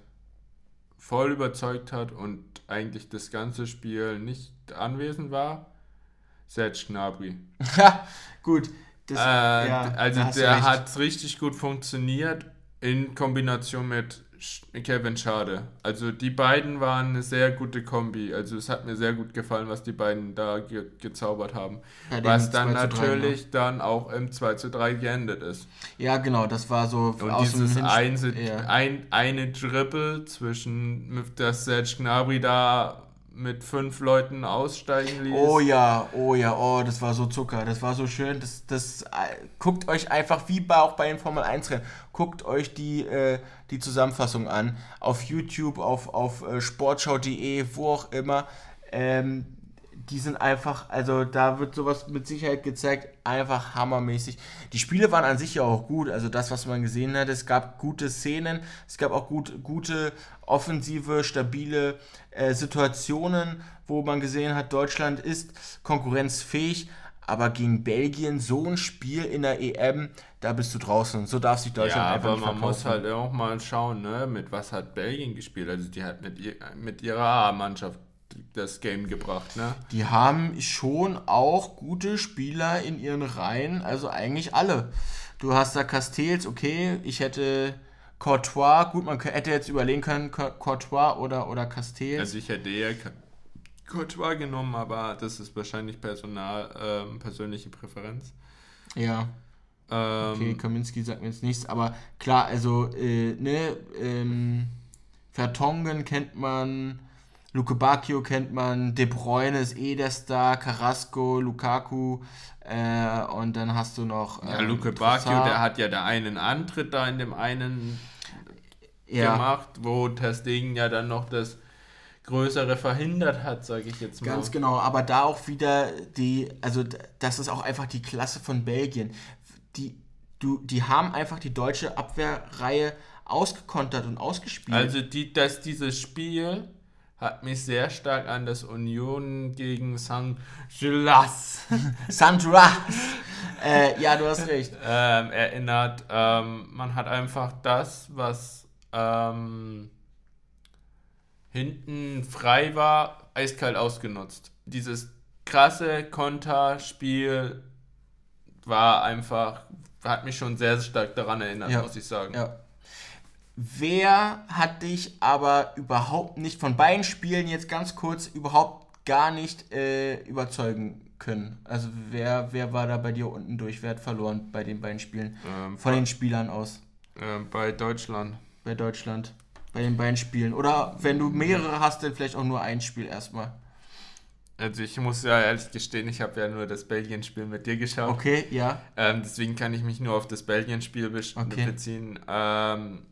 Speaker 2: voll überzeugt hat und eigentlich das ganze Spiel nicht anwesend war, Serge Gnabry.
Speaker 1: Ja, gut. Das,
Speaker 2: äh,
Speaker 1: ja,
Speaker 2: also der hat richtig gut funktioniert in Kombination mit Kevin Schade. Also die beiden waren eine sehr gute Kombi. Also es hat mir sehr gut gefallen, was die beiden da ge- gezaubert haben. Ja, was dann natürlich drei, dann auch im zwei zu drei geendet ist.
Speaker 1: Ja, genau, das war so...
Speaker 2: Und dieses ein, ein, eine Dribble zwischen, dass Serge Gnabry da mit fünf Leuten aussteigen ließ.
Speaker 1: Oh ja, oh ja, oh, das war so Zucker, das war so schön, das, das äh, guckt euch einfach, wie bei, auch bei den Formel eins Rennen, guckt euch die, äh, die Zusammenfassung an, auf YouTube, auf, auf äh, sportschau punkt de, wo auch immer, ähm, die sind einfach, also da wird sowas mit Sicherheit gezeigt, einfach hammermäßig. Die Spiele waren an sich ja auch gut, also das, was man gesehen hat, es gab gute Szenen, es gab auch gut, gute offensive, stabile äh, Situationen, wo man gesehen hat, Deutschland ist konkurrenzfähig, aber gegen Belgien so ein Spiel in der E M, da bist du draußen. So darf sich Deutschland
Speaker 2: ja,
Speaker 1: einfach
Speaker 2: aber
Speaker 1: nicht
Speaker 2: man
Speaker 1: verkaufen.
Speaker 2: muss halt auch mal schauen, ne, mit was hat Belgien gespielt. Also die hat mit, ihr, mit ihrer A-Mannschaft das Game gebracht, ne?
Speaker 1: Die haben schon auch gute Spieler in ihren Reihen, also eigentlich alle. Du hast da Castells, okay, ich hätte Courtois, gut, man hätte jetzt überlegen können, Courtois oder, oder Castells.
Speaker 2: Also ich hätte eher Courtois genommen, aber das ist wahrscheinlich Personal, ähm, persönliche Präferenz.
Speaker 1: Ja.
Speaker 2: Ähm,
Speaker 1: okay, Kaminski sagt mir jetzt nichts, aber klar, also, äh, ne, ähm, Vertonghen kennt man, Luke Bacchio kennt man, De Bruyne ist eh der Star, Carrasco, Lukaku, äh, und dann hast du noch... Ähm,
Speaker 2: ja, Luke Bacchio, der hat ja da einen Antritt da in dem einen ja. gemacht, wo Ter Stegen ja dann noch das Größere verhindert hat, sage ich jetzt mal.
Speaker 1: Ganz genau, aber da auch wieder die, also das ist auch einfach die Klasse von Belgien. Die, du, die haben einfach die deutsche Abwehrreihe ausgekontert und ausgespielt.
Speaker 2: Also die, dass dieses Spiel hat mich sehr stark an das Union gegen San Gilas.
Speaker 1: San Gilas. äh, ja, du hast recht.
Speaker 2: Ähm, erinnert. Ähm, man hat einfach das, was ähm, hinten frei war, eiskalt ausgenutzt. Dieses krasse Konterspiel war einfach, hat mich schon sehr stark daran erinnert, ja, muss ich sagen.
Speaker 1: Ja. Wer hat dich aber überhaupt nicht, von beiden Spielen jetzt ganz kurz, überhaupt gar nicht äh, überzeugen können? Also wer, wer war da bei dir unten durch? Wer hat verloren bei den beiden Spielen? Ähm, von bei, den Spielern aus?
Speaker 2: Ähm, bei Deutschland.
Speaker 1: Bei Deutschland. Bei den beiden Spielen. Oder wenn du mehrere hast, dann vielleicht auch nur ein Spiel erstmal.
Speaker 2: Also ich muss ja ehrlich gestehen, ich habe ja nur das Belgien-Spiel mit dir geschaut.
Speaker 1: Okay, ja.
Speaker 2: Ähm, deswegen kann ich mich nur auf das Belgien-Spiel be- okay. beziehen. Ähm,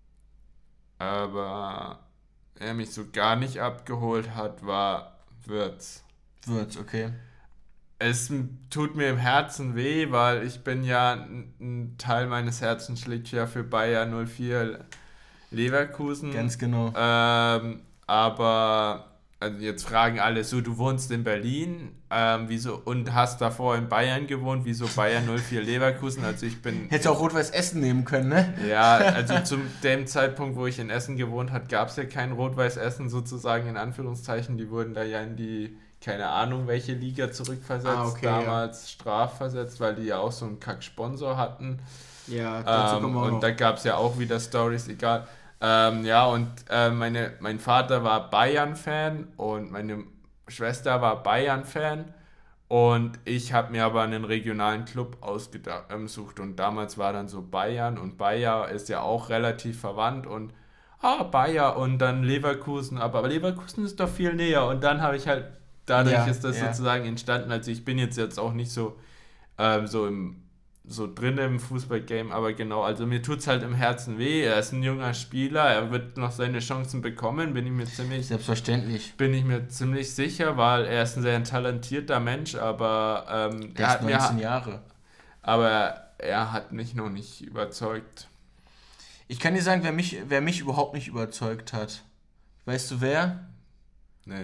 Speaker 2: aber er mich so gar nicht abgeholt hat, war Wirtz.
Speaker 1: Wirtz, okay.
Speaker 2: Es tut mir im Herzen weh, weil ich bin ja, ein Teil meines Herzens schlägt ja für Bayer null vier Leverkusen.
Speaker 1: Ganz genau.
Speaker 2: Ähm, aber also jetzt fragen alle so, du wohnst in Berlin ähm, wieso und hast davor in Bayern gewohnt, wieso Bayern null vier Leverkusen? Also ich bin...
Speaker 1: Hättest du auch Rot-Weiß Essen nehmen können, ne?
Speaker 2: Ja, also zu dem Zeitpunkt, wo ich in Essen gewohnt habe, gab es ja kein Rot-Weiß Essen sozusagen in Anführungszeichen. Die wurden da ja in die keine Ahnung, welche Liga zurückversetzt,
Speaker 1: ah, okay,
Speaker 2: damals ja. strafversetzt, weil die ja auch so einen Kack-Sponsor hatten.
Speaker 1: Ja, dazu
Speaker 2: ähm, Und noch. Da gab es ja auch wieder Storys, egal. Ähm, ja, und äh, meine, mein Vater war Bayern-Fan und meine Schwester war Bayern-Fan. Und ich habe mir aber einen regionalen Club ausgesucht und damals war dann so Bayern und Bayer ist ja auch relativ verwandt und ah, Bayer und dann Leverkusen, aber, aber Leverkusen ist doch viel näher und dann habe ich halt, dadurch ja, ist das ja. sozusagen entstanden, also ich bin jetzt jetzt auch nicht so, ähm, so im so drin im Fußballgame, aber genau, also mir tut es halt im Herzen weh, er ist ein junger Spieler, er wird noch seine Chancen bekommen, bin ich mir ziemlich...
Speaker 1: Selbstverständlich.
Speaker 2: Bin ich mir ziemlich sicher, weil er ist ein sehr talentierter Mensch, aber... Ähm,
Speaker 1: der
Speaker 2: er
Speaker 1: ist neunzehn
Speaker 2: mir,
Speaker 1: Jahre.
Speaker 2: Aber er hat mich noch nicht überzeugt.
Speaker 1: Ich kann dir sagen, wer mich, wer mich überhaupt nicht überzeugt hat. Weißt du wer?
Speaker 2: Nee.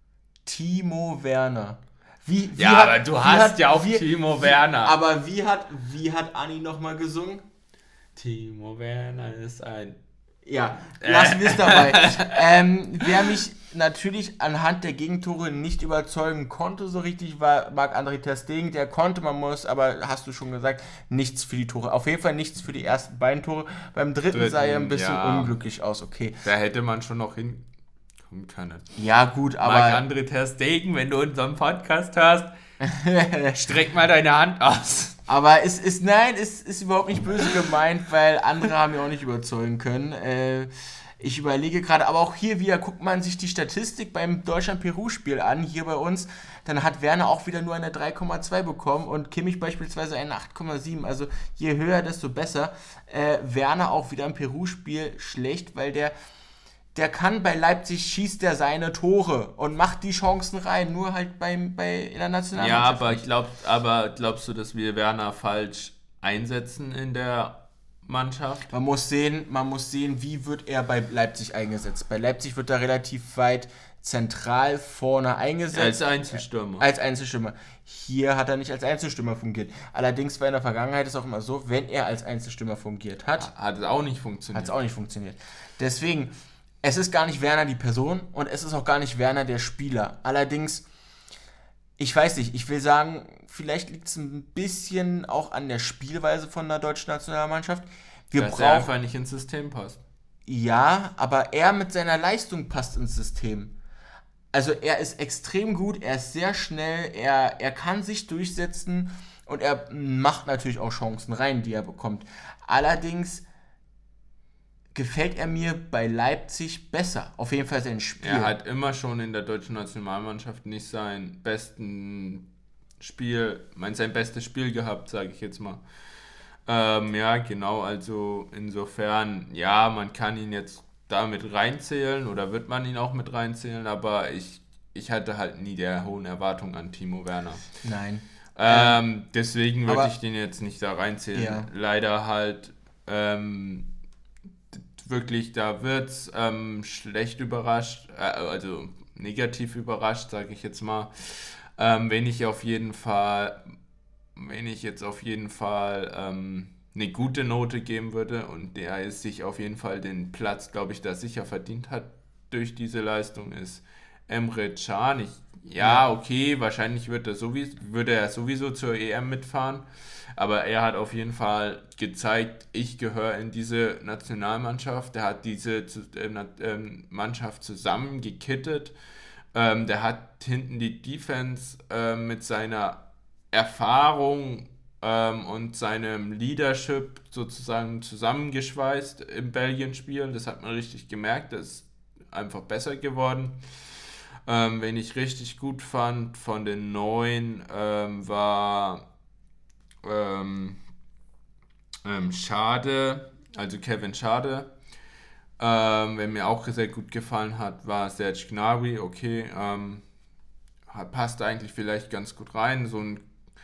Speaker 1: Timo Werner. Wie, wie
Speaker 2: ja,
Speaker 1: hat,
Speaker 2: aber du hast hat, ja auch wie, Timo Werner.
Speaker 1: Aber wie hat, wie hat Anni nochmal gesungen?
Speaker 2: Timo Werner ist ein...
Speaker 1: Ja, lassen wir es dabei. ähm, wer mich natürlich anhand der Gegentore nicht überzeugen konnte so richtig, war Marc-André ter Stegen. Der konnte, man muss, aber hast du schon gesagt, nichts für die Tore. Auf jeden Fall nichts für die ersten beiden Tore. Beim dritten, dritten sah er ein bisschen ja. unglücklich aus, okay.
Speaker 2: Da hätte man schon noch hin... können.
Speaker 1: Ja, gut, aber...
Speaker 2: Marc-André ter Stegen, wenn du unseren Podcast hörst, streck mal deine Hand aus.
Speaker 1: Aber es ist, nein, es ist überhaupt nicht böse gemeint, weil andere haben ja auch nicht überzeugen können. Äh, ich überlege gerade, aber auch hier wieder, guckt man sich die Statistik beim Deutschland-Peru-Spiel an, hier bei uns, dann hat Werner auch wieder nur eine drei Komma zwei bekommen und Kimmich beispielsweise eine acht Komma sieben. Also je höher, desto besser. Äh, Werner auch wieder im Peru-Spiel schlecht, weil der... Der kann bei Leipzig, schießt er seine Tore und macht die Chancen rein, nur halt beim, bei, in der Nationalmannschaft.
Speaker 2: Ja, aber, glaub, aber glaubst du, dass wir Werner falsch einsetzen in der Mannschaft?
Speaker 1: Man muss sehen, man muss sehen, wie wird er bei Leipzig eingesetzt. Bei Leipzig wird er relativ weit zentral vorne eingesetzt.
Speaker 2: Als Einzelstürmer.
Speaker 1: Als Einzelstürmer. Hier hat er nicht als Einzelstürmer fungiert. Allerdings war in der Vergangenheit es auch immer so, wenn er als Einzelstürmer fungiert hat,
Speaker 2: hat es auch nicht funktioniert.
Speaker 1: Hat es auch nicht funktioniert. Deswegen... Es ist gar nicht Werner die Person und es ist auch gar nicht Werner der Spieler. Allerdings, ich weiß nicht, ich will sagen, vielleicht liegt es ein bisschen auch an der Spielweise von der deutschen Nationalmannschaft. Wir
Speaker 2: Dass
Speaker 1: brauchen,
Speaker 2: er einfach nicht ins System passt.
Speaker 1: Ja, aber er mit seiner Leistung passt ins System. Also er ist extrem gut, er ist sehr schnell, er, er kann sich durchsetzen und er macht natürlich auch Chancen rein, die er bekommt. Allerdings... gefällt er mir bei Leipzig besser. Auf jeden Fall sein Spiel.
Speaker 2: Er hat immer schon in der deutschen Nationalmannschaft nicht sein besten Spiel, mein sein bestes Spiel gehabt, sage ich jetzt mal. Ähm, ja, genau, also insofern, ja, man kann ihn jetzt damit reinzählen oder wird man ihn auch mit reinzählen, aber ich, ich hatte halt nie der hohen Erwartung an Timo Werner.
Speaker 1: Nein.
Speaker 2: Ähm, deswegen würde ich den jetzt nicht da reinzählen.
Speaker 1: Ja.
Speaker 2: Leider halt, ähm, wirklich, da wird's ähm, schlecht überrascht, äh, also negativ überrascht, sage ich jetzt mal. Ähm, wenn ich auf jeden Fall, wenn ich jetzt auf jeden Fall ähm, eine gute Note geben würde und der ist sich auf jeden Fall den Platz, glaube ich, da sicher verdient hat durch diese Leistung, ist Emre Can. Ich, ja, okay, wahrscheinlich wird er sowieso, würde er sowieso zur E M mitfahren. Aber er hat auf jeden Fall gezeigt, ich gehöre in diese Nationalmannschaft. Der hat diese äh, Mannschaft zusammengekittet. Ähm, der hat hinten die Defense äh, mit seiner Erfahrung ähm, und seinem Leadership sozusagen zusammengeschweißt im Belgien-Spiel. Das hat man richtig gemerkt. Das ist einfach besser geworden. Ähm, wen ich richtig gut fand von den Neuen ähm, war... Ähm, ähm, Schade, also Kevin Schade. Ähm, wer mir auch sehr gut gefallen hat, war Serge Gnabry. Okay, ähm, passt eigentlich vielleicht ganz gut rein. So ein,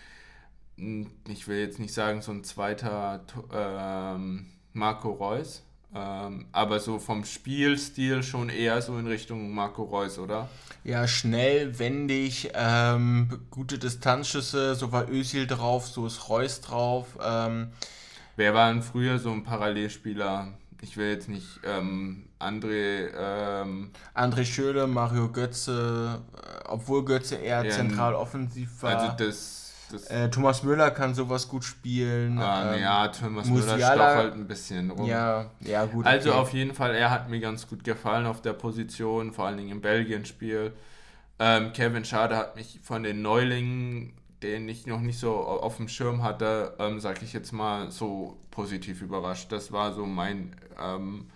Speaker 2: ich will jetzt nicht sagen, so ein zweiter ähm, Marco Reus. Ähm, aber so vom Spielstil schon eher so in Richtung Marco Reus, oder?
Speaker 1: Ja, schnell, wendig, ähm, gute Distanzschüsse, so war Özil drauf, so ist Reus drauf. Ähm,
Speaker 2: Wer war denn früher so ein Parallelspieler ich will jetzt nicht ähm, André, ähm,
Speaker 1: André Schürrle, Mario Götze, äh, obwohl Götze eher
Speaker 2: Ja,
Speaker 1: zentral offensiv war.
Speaker 2: also das, das
Speaker 1: äh, Thomas Müller kann sowas gut spielen.
Speaker 2: ah,
Speaker 1: ähm,
Speaker 2: ja, Thomas
Speaker 1: Musiala-
Speaker 2: Müller stochert ein bisschen rum.
Speaker 1: Ja, ja gut.
Speaker 2: Also
Speaker 1: okay.
Speaker 2: auf jeden Fall, er hat mir ganz gut gefallen auf der Position, vor allen Dingen im Belgien-Spiel. Ähm, Kevin Schade hat mich von den Neulingen, den ich noch nicht so auf dem Schirm hatte, ähm, sag ich jetzt mal, so positiv überrascht. Das war so mein ähm,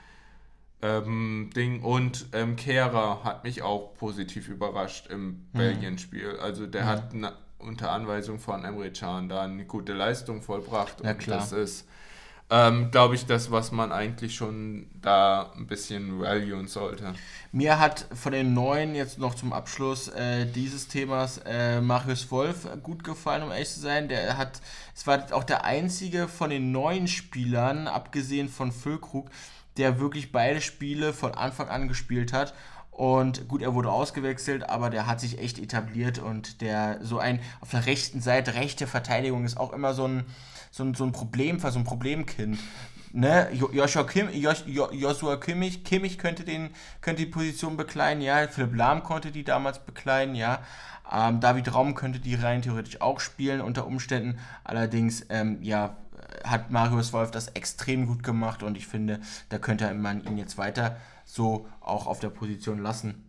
Speaker 2: ähm, Ding. Und ähm, Kehrer hat mich auch positiv überrascht im Belgien-Spiel. Also der hat na, unter Anweisung von Emre Can da eine gute Leistung vollbracht.
Speaker 1: Ja,
Speaker 2: Und
Speaker 1: klar.
Speaker 2: das ist, ähm, glaube ich, das, was man eigentlich schon da ein bisschen valuen sollte.
Speaker 1: Mir hat von den Neuen jetzt noch zum Abschluss äh, dieses Themas äh, Marius Wolf gut gefallen, um ehrlich zu sein. Der hat, es war auch der einzige von den neuen Spielern, abgesehen von Füllkrug, der wirklich beide Spiele von Anfang an gespielt hat. Und gut, er wurde ausgewechselt, aber der hat sich echt etabliert und der so ein auf der rechten Seite, rechte Verteidigung ist auch immer so ein, so ein, so ein Problem, so ein Problemkind. Ne? Jo- Joshua, Kim, Josh, Jo- Joshua Kimmich, Kimmich könnte, den, könnte die Position bekleiden, ja. Philipp Lahm konnte die damals bekleiden, ja. Ähm, David Raum könnte die rein theoretisch auch spielen unter Umständen. Allerdings, ähm, ja, hat Marius Wolf das extrem gut gemacht und ich finde, da könnte man ihn jetzt weiter so auch auf der Position lassen.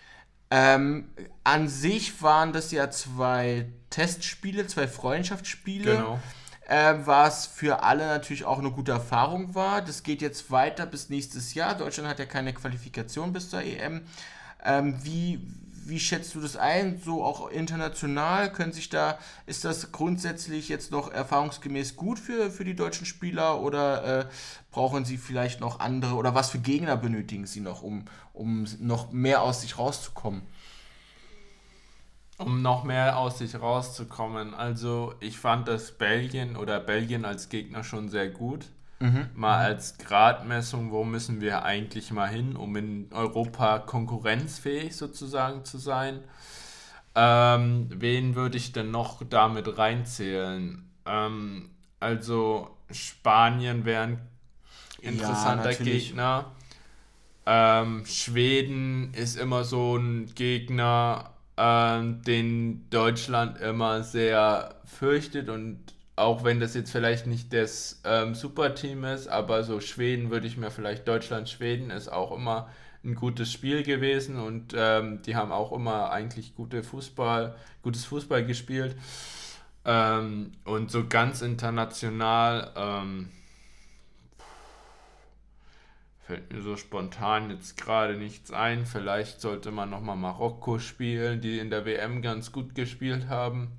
Speaker 1: Ähm, an sich waren das ja zwei Testspiele, zwei Freundschaftsspiele.
Speaker 2: Genau.
Speaker 1: Äh, was für alle natürlich auch eine gute Erfahrung war. Das geht jetzt weiter bis nächstes Jahr. Deutschland hat ja keine Qualifikation bis zur E M. Ähm, wie, wie schätzt du das ein? So auch international können sich da, ist das grundsätzlich jetzt noch erfahrungsgemäß gut für, für die deutschen Spieler oder äh, brauchen sie vielleicht noch andere oder was für Gegner benötigen sie noch, um, um noch mehr aus sich rauszukommen?
Speaker 2: Um noch mehr aus sich rauszukommen. Also ich fand das Belgien oder Belgien als Gegner schon sehr gut. Mal als Gradmessung, wo müssen wir eigentlich mal hin, um in Europa konkurrenzfähig sozusagen zu sein. Ähm, wen würde ich denn noch damit reinzählen? Ähm, also Spanien wäre ein interessanter
Speaker 1: natürlich.
Speaker 2: Gegner. Ähm, Schweden ist immer so ein Gegner, ähm, den Deutschland immer sehr fürchtet und auch wenn das jetzt vielleicht nicht das ähm, Superteam ist, aber so Schweden würde ich mir vielleicht, Deutschland-Schweden ist auch immer ein gutes Spiel gewesen und ähm, die haben auch immer eigentlich gute Fußball, gutes Fußball gespielt. Ähm, und so ganz international ähm, fällt mir so spontan jetzt gerade nichts ein. Vielleicht sollte man nochmal Marokko spielen, die in der W M ganz gut gespielt haben.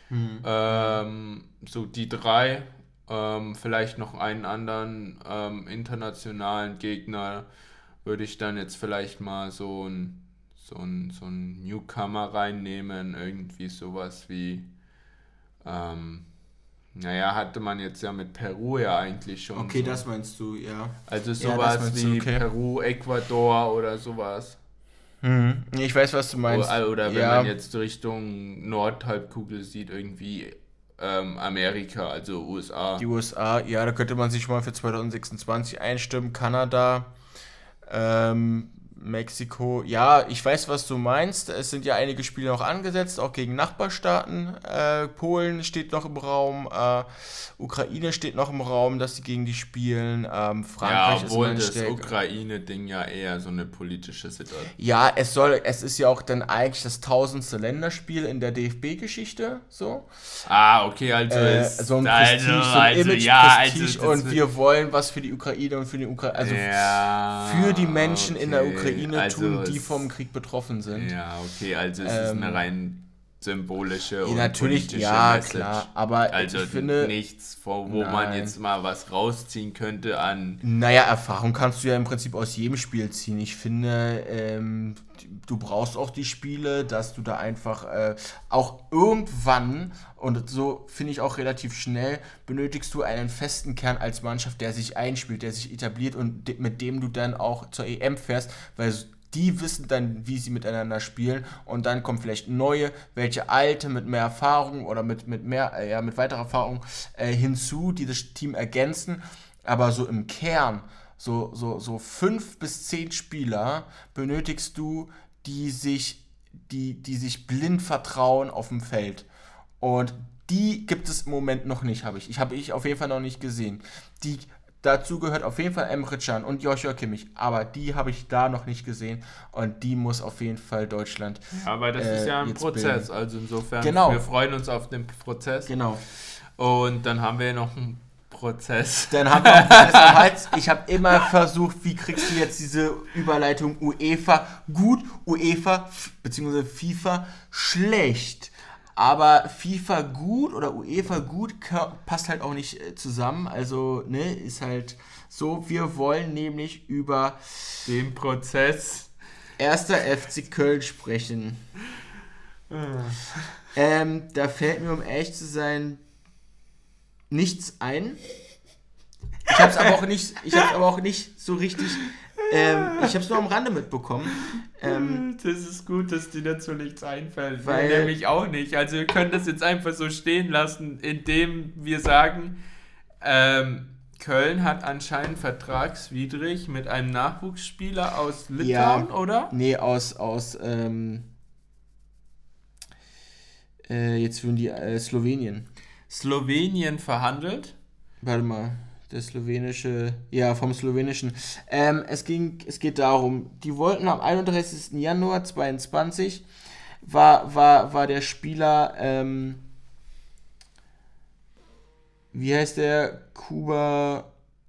Speaker 2: Ähm, so die drei, ähm, vielleicht noch einen anderen ähm, internationalen Gegner würde ich dann jetzt vielleicht mal so ein, so ein, so ein Newcomer reinnehmen, irgendwie sowas wie, ähm, naja, hatte man jetzt ja mit Peru ja eigentlich schon
Speaker 1: Okay,
Speaker 2: so.
Speaker 1: das meinst du, ja.
Speaker 2: Also
Speaker 1: Ja, das
Speaker 2: sowas
Speaker 1: meinst du,
Speaker 2: wie
Speaker 1: okay.
Speaker 2: Peru, Ecuador oder sowas.
Speaker 1: Mhm. Ich weiß, was du meinst.
Speaker 2: Oder, oder wenn
Speaker 1: ja.
Speaker 2: man jetzt Richtung Nordhalbkugel sieht, irgendwie ähm, Amerika, also U S A.
Speaker 1: Die U S A, ja, da könnte man sich schon mal für zwanzig sechsundzwanzig einstimmen. Kanada, ähm, Mexiko. Ja, ich weiß, was du meinst. Es sind ja einige Spiele noch angesetzt, auch gegen Nachbarstaaten. Äh, Polen steht noch im Raum, äh, Ukraine steht noch im Raum, dass sie gegen die spielen. Ähm, Frankreich
Speaker 2: Ja,
Speaker 1: ist
Speaker 2: obwohl
Speaker 1: immer
Speaker 2: das
Speaker 1: stärker.
Speaker 2: Ukraine-Ding ja eher so eine politische Situation.
Speaker 1: Ja, es soll, es ist ja auch dann eigentlich das tausendste Länderspiel in der D F B-Geschichte, so.
Speaker 2: Ah, okay, also
Speaker 1: Äh,
Speaker 2: ist
Speaker 1: so ein
Speaker 2: also,
Speaker 1: Prestige, so ein
Speaker 2: also,
Speaker 1: Image-Prestige
Speaker 2: ja, also das
Speaker 1: und
Speaker 2: wird-
Speaker 1: wir wollen was für die Ukraine und für die Ukraine, also
Speaker 2: ja,
Speaker 1: für die Menschen in der
Speaker 2: okay,
Speaker 1: Ukraine
Speaker 2: also
Speaker 1: tun, die
Speaker 2: es-
Speaker 1: vom Krieg betroffen sind.
Speaker 2: Ja, okay, also es ist
Speaker 1: Ähm,
Speaker 2: eine rein symbolische und
Speaker 1: natürlich,
Speaker 2: politische
Speaker 1: ja,
Speaker 2: Message.
Speaker 1: klar, aber
Speaker 2: also
Speaker 1: ich finde,
Speaker 2: nichts, wo, wo man
Speaker 1: nein.
Speaker 2: jetzt mal was rausziehen könnte an.
Speaker 1: naja, Erfahrung kannst du ja im Prinzip aus jedem Spiel ziehen. Ich finde, ähm, du brauchst auch die Spiele, dass du da einfach äh, auch irgendwann, und so finde ich auch relativ schnell, benötigst du einen festen Kern als Mannschaft, der sich einspielt, der sich etabliert und de- mit dem du dann auch zur E M fährst, weil die wissen dann, wie sie miteinander spielen und dann kommen vielleicht neue, welche alte mit mehr Erfahrung oder mit, mit mehr, äh, ja, mit weiterer Erfahrung äh, hinzu, die das Team ergänzen, aber so im Kern, so, so, so fünf bis zehn Spieler benötigst du, die sich, die, die sich blind vertrauen auf dem Feld. Und die gibt es im Moment noch nicht, habe ich. Ich habe ich auf jeden Fall noch nicht gesehen. Die, dazu gehört auf jeden Fall Emre Can und Joshua Kimmich. Aber die habe ich da noch nicht gesehen. Und die muss auf jeden Fall Deutschland.
Speaker 2: Aber das äh, ist ja ein Prozess. Bilden. Also insofern,
Speaker 1: genau.
Speaker 2: Wir freuen uns auf den Prozess.
Speaker 1: Genau.
Speaker 2: Und dann haben wir noch einen Prozess.
Speaker 1: Dann haben wir einen Prozess am Hals. Ich habe immer versucht, wie kriegst du jetzt diese Überleitung UEFA gut, UEFA bzw. FIFA schlecht. Aber FIFA gut oder UEFA gut passt halt auch nicht zusammen. Also, ne, ist halt so. Wir wollen nämlich über
Speaker 2: den Prozess
Speaker 1: erster F C Köln sprechen. ähm, da fällt mir, um ehrlich zu sein, nichts ein. Ich habe es aber auch nicht, ich habe aber auch nicht so richtig. Ähm, ich habe es nur am Rande mitbekommen. Ähm,
Speaker 2: das ist gut, dass dir dazu nichts einfällt.
Speaker 1: Weil,
Speaker 2: Mir nämlich auch nicht. Also wir können das jetzt einfach so stehen lassen, indem wir sagen, ähm, Köln hat anscheinend vertragswidrig mit einem Nachwuchsspieler aus Litauen,
Speaker 1: ja,
Speaker 2: oder?
Speaker 1: Nee, aus, aus ähm, äh, jetzt führen die äh, Slowenien.
Speaker 2: Slowenien verhandelt?
Speaker 1: Warte mal. Der slowenische, ja, vom slowenischen. Ähm, es ging, es geht darum, die wollten am einunddreißigsten Januar zweiundzwanzig war, war, war der Spieler, ähm, wie heißt der? Kuba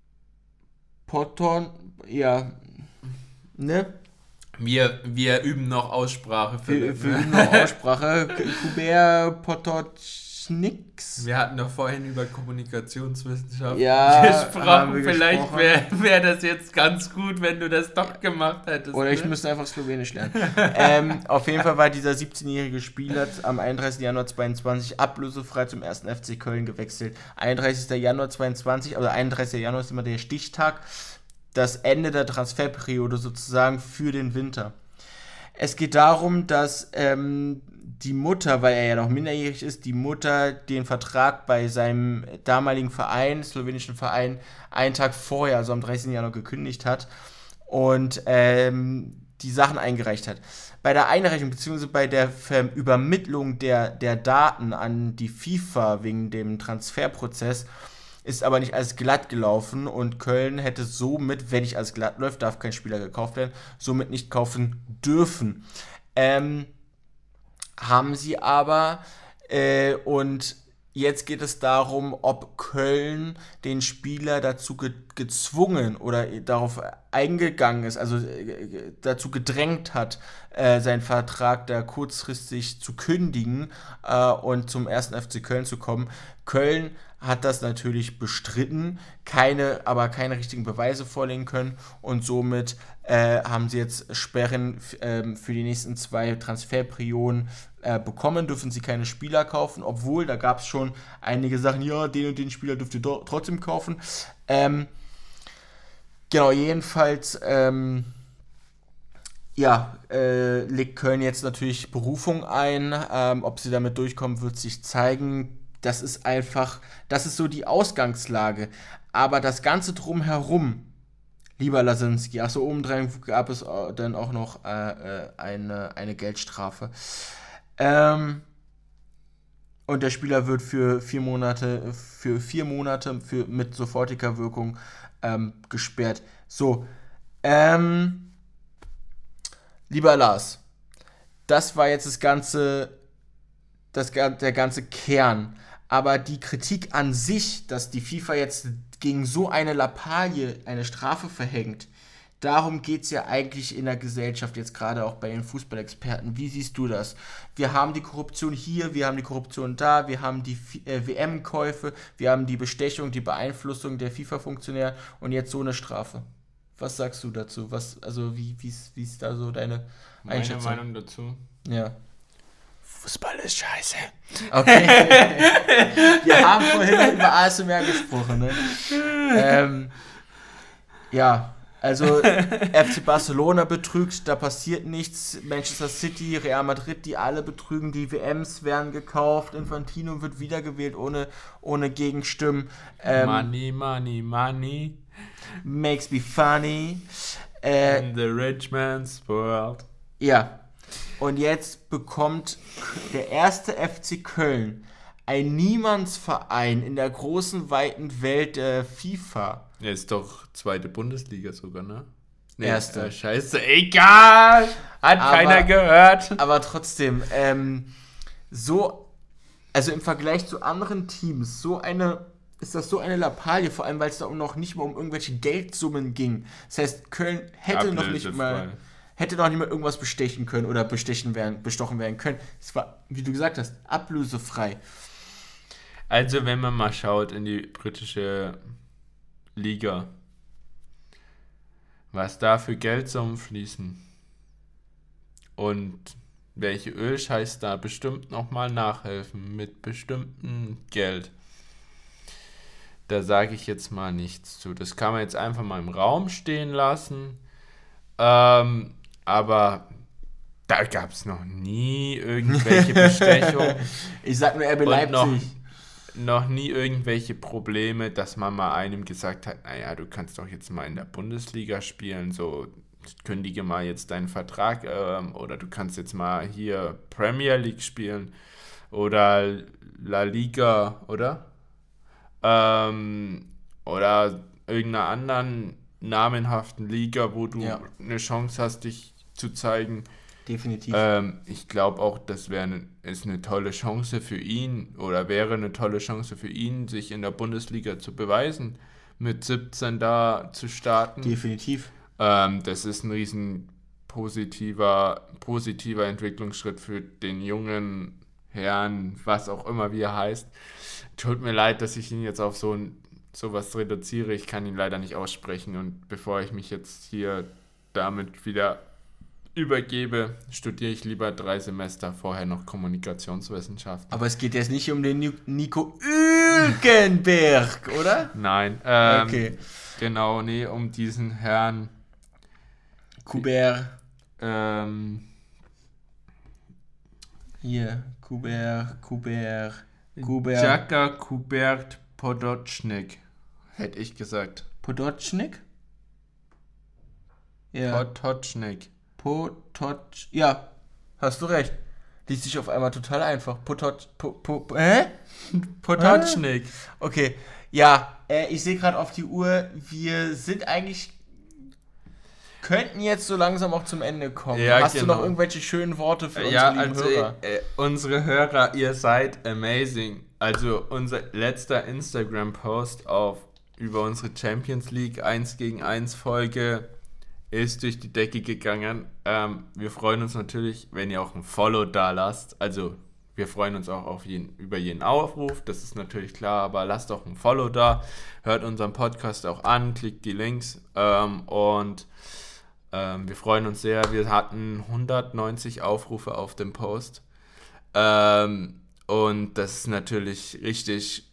Speaker 1: Poton, ja, ne?
Speaker 2: Wir, wir üben noch Aussprache.
Speaker 1: Wir, wir üben noch Aussprache. Kuba Potocniks.
Speaker 2: Wir hatten doch vorhin über Kommunikationswissenschaften
Speaker 1: ja,
Speaker 2: gesprochen. Vielleicht wäre wär das jetzt ganz gut, wenn du das doch gemacht hättest.
Speaker 1: Oder ich ne? müsste einfach Slowenisch lernen. ähm, auf jeden Fall war dieser siebzehnjährige Spieler am einunddreißigsten Januar zweiundzwanzig ablösefrei zum ersten F C Köln gewechselt. einunddreißigsten Januar zweiundzwanzig, also einunddreißigsten Januar ist immer der Stichtag, das Ende der Transferperiode sozusagen für den Winter. Es geht darum, dass ähm, die Mutter, weil er ja noch minderjährig ist, die Mutter den Vertrag bei seinem damaligen Verein, slowenischen Verein, einen Tag vorher, also am dreißigsten Januar gekündigt hat und ähm, die Sachen eingereicht hat. Bei der Einreichung bzw. bei der Ver- Übermittlung der, der Daten an die FIFA wegen dem Transferprozess ist aber nicht alles glatt gelaufen und Köln hätte somit, wenn nicht alles glatt läuft, darf kein Spieler gekauft werden, somit nicht kaufen dürfen. Ähm, haben sie aber äh, und jetzt geht es darum, ob Köln den Spieler dazu ge- gezwungen oder darauf eingegangen ist, also äh, dazu gedrängt hat, äh, seinen Vertrag da kurzfristig zu kündigen äh, und zum ersten F C Köln zu kommen. Köln hat das natürlich bestritten, keine, aber keine richtigen Beweise vorlegen können und somit äh, haben sie jetzt Sperren f- äh, für die nächsten zwei Transferperioden äh, bekommen, dürfen sie keine Spieler kaufen, obwohl da gab es schon einige Sachen, ja, den und den Spieler dürft ihr do- trotzdem kaufen. Ähm, genau, jedenfalls ähm, ja, äh, legt Köln jetzt natürlich Berufung ein, ähm, ob sie damit durchkommen, wird sich zeigen. Das ist einfach, das ist so die Ausgangslage. Aber das Ganze drumherum, lieber Lasinski, achso, obendrein gab es dann auch noch äh, eine, eine Geldstrafe. Ähm, und der Spieler wird für vier Monate, für vier Monate für, mit sofortiger Wirkung ähm, gesperrt. So, ähm, lieber Lars, das war jetzt das ganze, das, der ganze Kern. Aber die Kritik an sich, dass die FIFA jetzt gegen so eine Lappalie eine Strafe verhängt, darum geht es ja eigentlich in der Gesellschaft, jetzt gerade auch bei den Fußballexperten. Wie siehst du das? Wir haben die Korruption hier, wir haben die Korruption da, wir haben die äh, W M-Käufe, wir haben die Bestechung, die Beeinflussung der FIFA-Funktionäre und jetzt so eine Strafe. Was sagst du dazu? Was, also wie, wie, ist, wie ist da so deine Einschätzung?
Speaker 2: Meine Meinung dazu?
Speaker 1: Ja. Fußball ist scheiße. Okay. Wir haben vorhin über A S M R gesprochen, ne? Ähm, ja, also F C Barcelona betrügt, da passiert nichts. Manchester City, Real Madrid, die alle betrügen. Die W Ms werden gekauft. Infantino wird wiedergewählt ohne, ohne Gegenstimmen. Ähm,
Speaker 2: money, money, money.
Speaker 1: makes me funny. Äh,
Speaker 2: In the rich man's world.
Speaker 1: Ja. Und jetzt bekommt der erste F C Köln, ein Niemandsverein in der großen, weiten Welt der FIFA.
Speaker 2: Ja, ist doch zweite Bundesliga sogar, ne? Nee,
Speaker 1: Erste.
Speaker 2: Äh, scheiße, egal! Hat
Speaker 1: Aber-
Speaker 2: keiner gehört.
Speaker 1: Aber trotzdem, ähm, so, also im Vergleich zu anderen Teams, so eine, ist das so eine Lappalie, vor allem, weil es da auch noch nicht mal um irgendwelche Geldsummen ging. Das heißt, Köln hätte noch nicht
Speaker 2: Ablösefrei.
Speaker 1: mal, hätte noch nicht mal irgendwas bestechen können oder bestechen werden, bestochen werden können. Es war, wie du gesagt hast, ablösefrei.
Speaker 2: Also, wenn man mal schaut in die britische Liga, was da für Geldsummen fließen und welche Ölscheiß da bestimmt nochmal nachhelfen mit bestimmtem Geld, da sage ich jetzt mal nichts zu. Das kann man jetzt einfach mal im Raum stehen lassen, ähm, aber da gab es noch nie irgendwelche Bestechungen.
Speaker 1: Ich sag nur R B
Speaker 2: Und
Speaker 1: Leipzig.
Speaker 2: noch, noch nie irgendwelche Probleme, dass man mal einem gesagt hat, naja, du kannst doch jetzt mal in der Bundesliga spielen, so kündige mal jetzt deinen Vertrag ähm, oder du kannst jetzt mal hier Premier League spielen oder La Liga, oder? Ähm, oder irgendeiner anderen namenhaften Liga, wo du
Speaker 1: Ja.
Speaker 2: eine Chance hast, dich zu zeigen.
Speaker 1: Definitiv.
Speaker 2: Ähm, ich glaube auch, das wäre ne, ist eine tolle Chance für ihn oder wäre eine tolle Chance für ihn, sich in der Bundesliga zu beweisen, mit siebzehn da zu starten.
Speaker 1: Definitiv.
Speaker 2: Ähm, das ist ein riesen positiver, positiver Entwicklungsschritt für den jungen Herrn, was auch immer wie er heißt. Tut mir leid, dass ich ihn jetzt auf so ein, sowas reduziere. Ich kann ihn leider nicht aussprechen und bevor ich mich jetzt hier damit wieder übergebe, studiere ich lieber drei Semester vorher noch Kommunikationswissenschaften.
Speaker 1: Aber es geht jetzt nicht um den Ni- Nico Hülkenberg, oder?
Speaker 2: Nein, ähm,
Speaker 1: Okay.
Speaker 2: genau, nee, um diesen Herrn
Speaker 1: Kubert.
Speaker 2: ähm,
Speaker 1: Hier. Kubert, Kubert, Kubert.
Speaker 2: Jaka Kubert Podocznik, hätte ich gesagt.
Speaker 1: Podocznik? Ja.
Speaker 2: Podocznik.
Speaker 1: Potoc. Ja, hast du recht. Liest sich auf einmal total einfach. Potoc. Po, po, po, hä?
Speaker 2: Podocznik.
Speaker 1: Okay. Ja, äh, ich sehe gerade auf die Uhr, wir sind eigentlich. Könnten jetzt so langsam auch zum Ende kommen.
Speaker 2: Ja,
Speaker 1: Hast du
Speaker 2: genau.
Speaker 1: noch irgendwelche schönen Worte für unsere
Speaker 2: Ja,
Speaker 1: lieben
Speaker 2: also
Speaker 1: Hörer?
Speaker 2: äh, unsere Hörer, ihr seid amazing. Also unser letzter Instagram-Post auf über unsere Champions League eins gegen eins Folge ist durch die Decke gegangen. Ähm, wir freuen uns natürlich, wenn ihr auch ein Follow da lasst. Also wir freuen uns auch auf jeden, über jeden Aufruf, das ist natürlich klar, aber lasst auch ein Follow da, hört unseren Podcast auch an, klickt die Links ähm, und ähm, wir freuen uns sehr. Wir hatten hundertneunzig Aufrufe auf dem Post ähm, und das ist natürlich richtig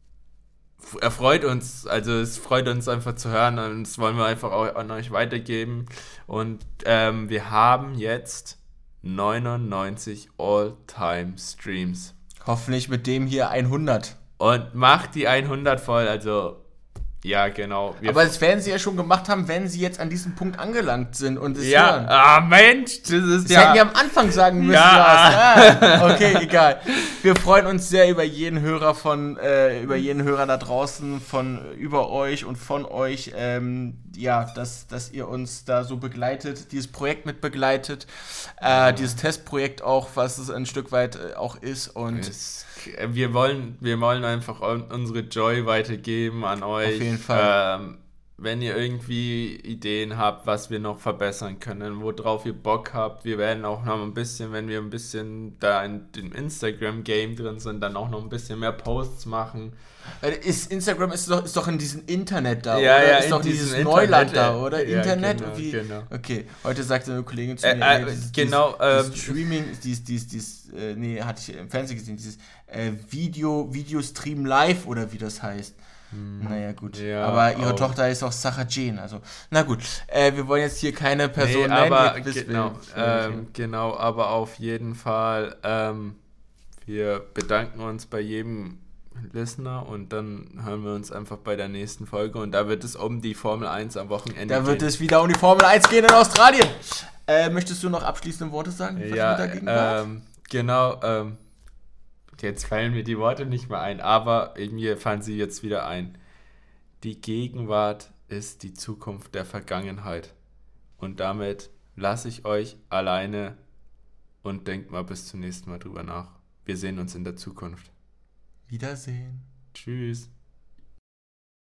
Speaker 2: erfreut uns, also es freut uns einfach zu hören und das wollen wir einfach auch an euch weitergeben und ähm, wir haben jetzt neunundneunzig All-Time-Streams.
Speaker 1: Hoffentlich mit dem hier hundert.
Speaker 2: Und macht die hundert voll, also ja, genau. Wir
Speaker 1: Aber das werden sie ja schon gemacht haben, wenn sie jetzt an diesem Punkt angelangt sind und es
Speaker 2: ja,
Speaker 1: hören.
Speaker 2: ah Mensch, das ist
Speaker 1: Das
Speaker 2: ja...
Speaker 1: hätten wir am Anfang sagen müssen.
Speaker 2: Ja.
Speaker 1: was. Ah, okay, egal. Wir freuen uns sehr über jeden Hörer von, äh, über jeden Hörer da draußen, von über euch und von euch, ähm, ja, dass, dass ihr uns da so begleitet, dieses Projekt mit begleitet, äh, dieses Testprojekt auch, was es ein Stück weit äh, auch ist und
Speaker 2: Es, wir wollen, wir wollen einfach unsere Joy weitergeben an euch.
Speaker 1: Auf jeden Fall.
Speaker 2: Ähm, wenn ihr irgendwie Ideen habt, was wir noch verbessern können, worauf ihr Bock habt, wir werden auch noch ein bisschen, wenn wir ein bisschen da in dem Instagram-Game drin sind, dann auch noch ein bisschen mehr Posts machen.
Speaker 1: ist Instagram ist doch, ist doch in diesem Internet da,
Speaker 2: Ja,
Speaker 1: oder?
Speaker 2: ja,
Speaker 1: ist
Speaker 2: in
Speaker 1: doch
Speaker 2: diesem
Speaker 1: dieses
Speaker 2: Internet,
Speaker 1: Neuland da,
Speaker 2: äh,
Speaker 1: oder?
Speaker 2: ja,
Speaker 1: Internet?
Speaker 2: genau,
Speaker 1: Wie?
Speaker 2: genau.
Speaker 1: Okay, heute sagte eine Kollegin zu
Speaker 2: Äh,
Speaker 1: mir,
Speaker 2: äh,
Speaker 1: nee, dieses,
Speaker 2: genau,
Speaker 1: dieses,
Speaker 2: ähm,
Speaker 1: dieses Streaming, dieses, dieses, dieses äh, nee, hatte ich im Fernsehen gesehen, dieses äh, Video, Videostream Live oder wie das heißt. Naja, gut.
Speaker 2: Ja,
Speaker 1: aber ihre
Speaker 2: auch.
Speaker 1: Tochter ist auch Sarah Jane, also, na gut. Äh, wir wollen jetzt hier keine Person
Speaker 2: Nee,
Speaker 1: nennen.
Speaker 2: aber
Speaker 1: ihr wisst,
Speaker 2: genau,
Speaker 1: wer-
Speaker 2: ähm, genau, aber auf jeden Fall, ähm, wir bedanken uns bei jedem Listener und dann hören wir uns einfach bei der nächsten Folge und da wird es um die Formel eins am Wochenende
Speaker 1: Da wird
Speaker 2: gehen.
Speaker 1: es wieder um die Formel eins gehen in Australien. Äh, möchtest du noch abschließende Worte sagen?
Speaker 2: Ja, ähm, genau. Ähm, jetzt fallen mir die Worte nicht mehr ein, aber mir fallen sie jetzt wieder ein. Die Gegenwart ist die Zukunft der Vergangenheit. Und damit lasse ich euch alleine und denkt mal bis zum nächsten Mal drüber nach. Wir sehen uns in der Zukunft.
Speaker 1: Wiedersehen.
Speaker 2: Tschüss.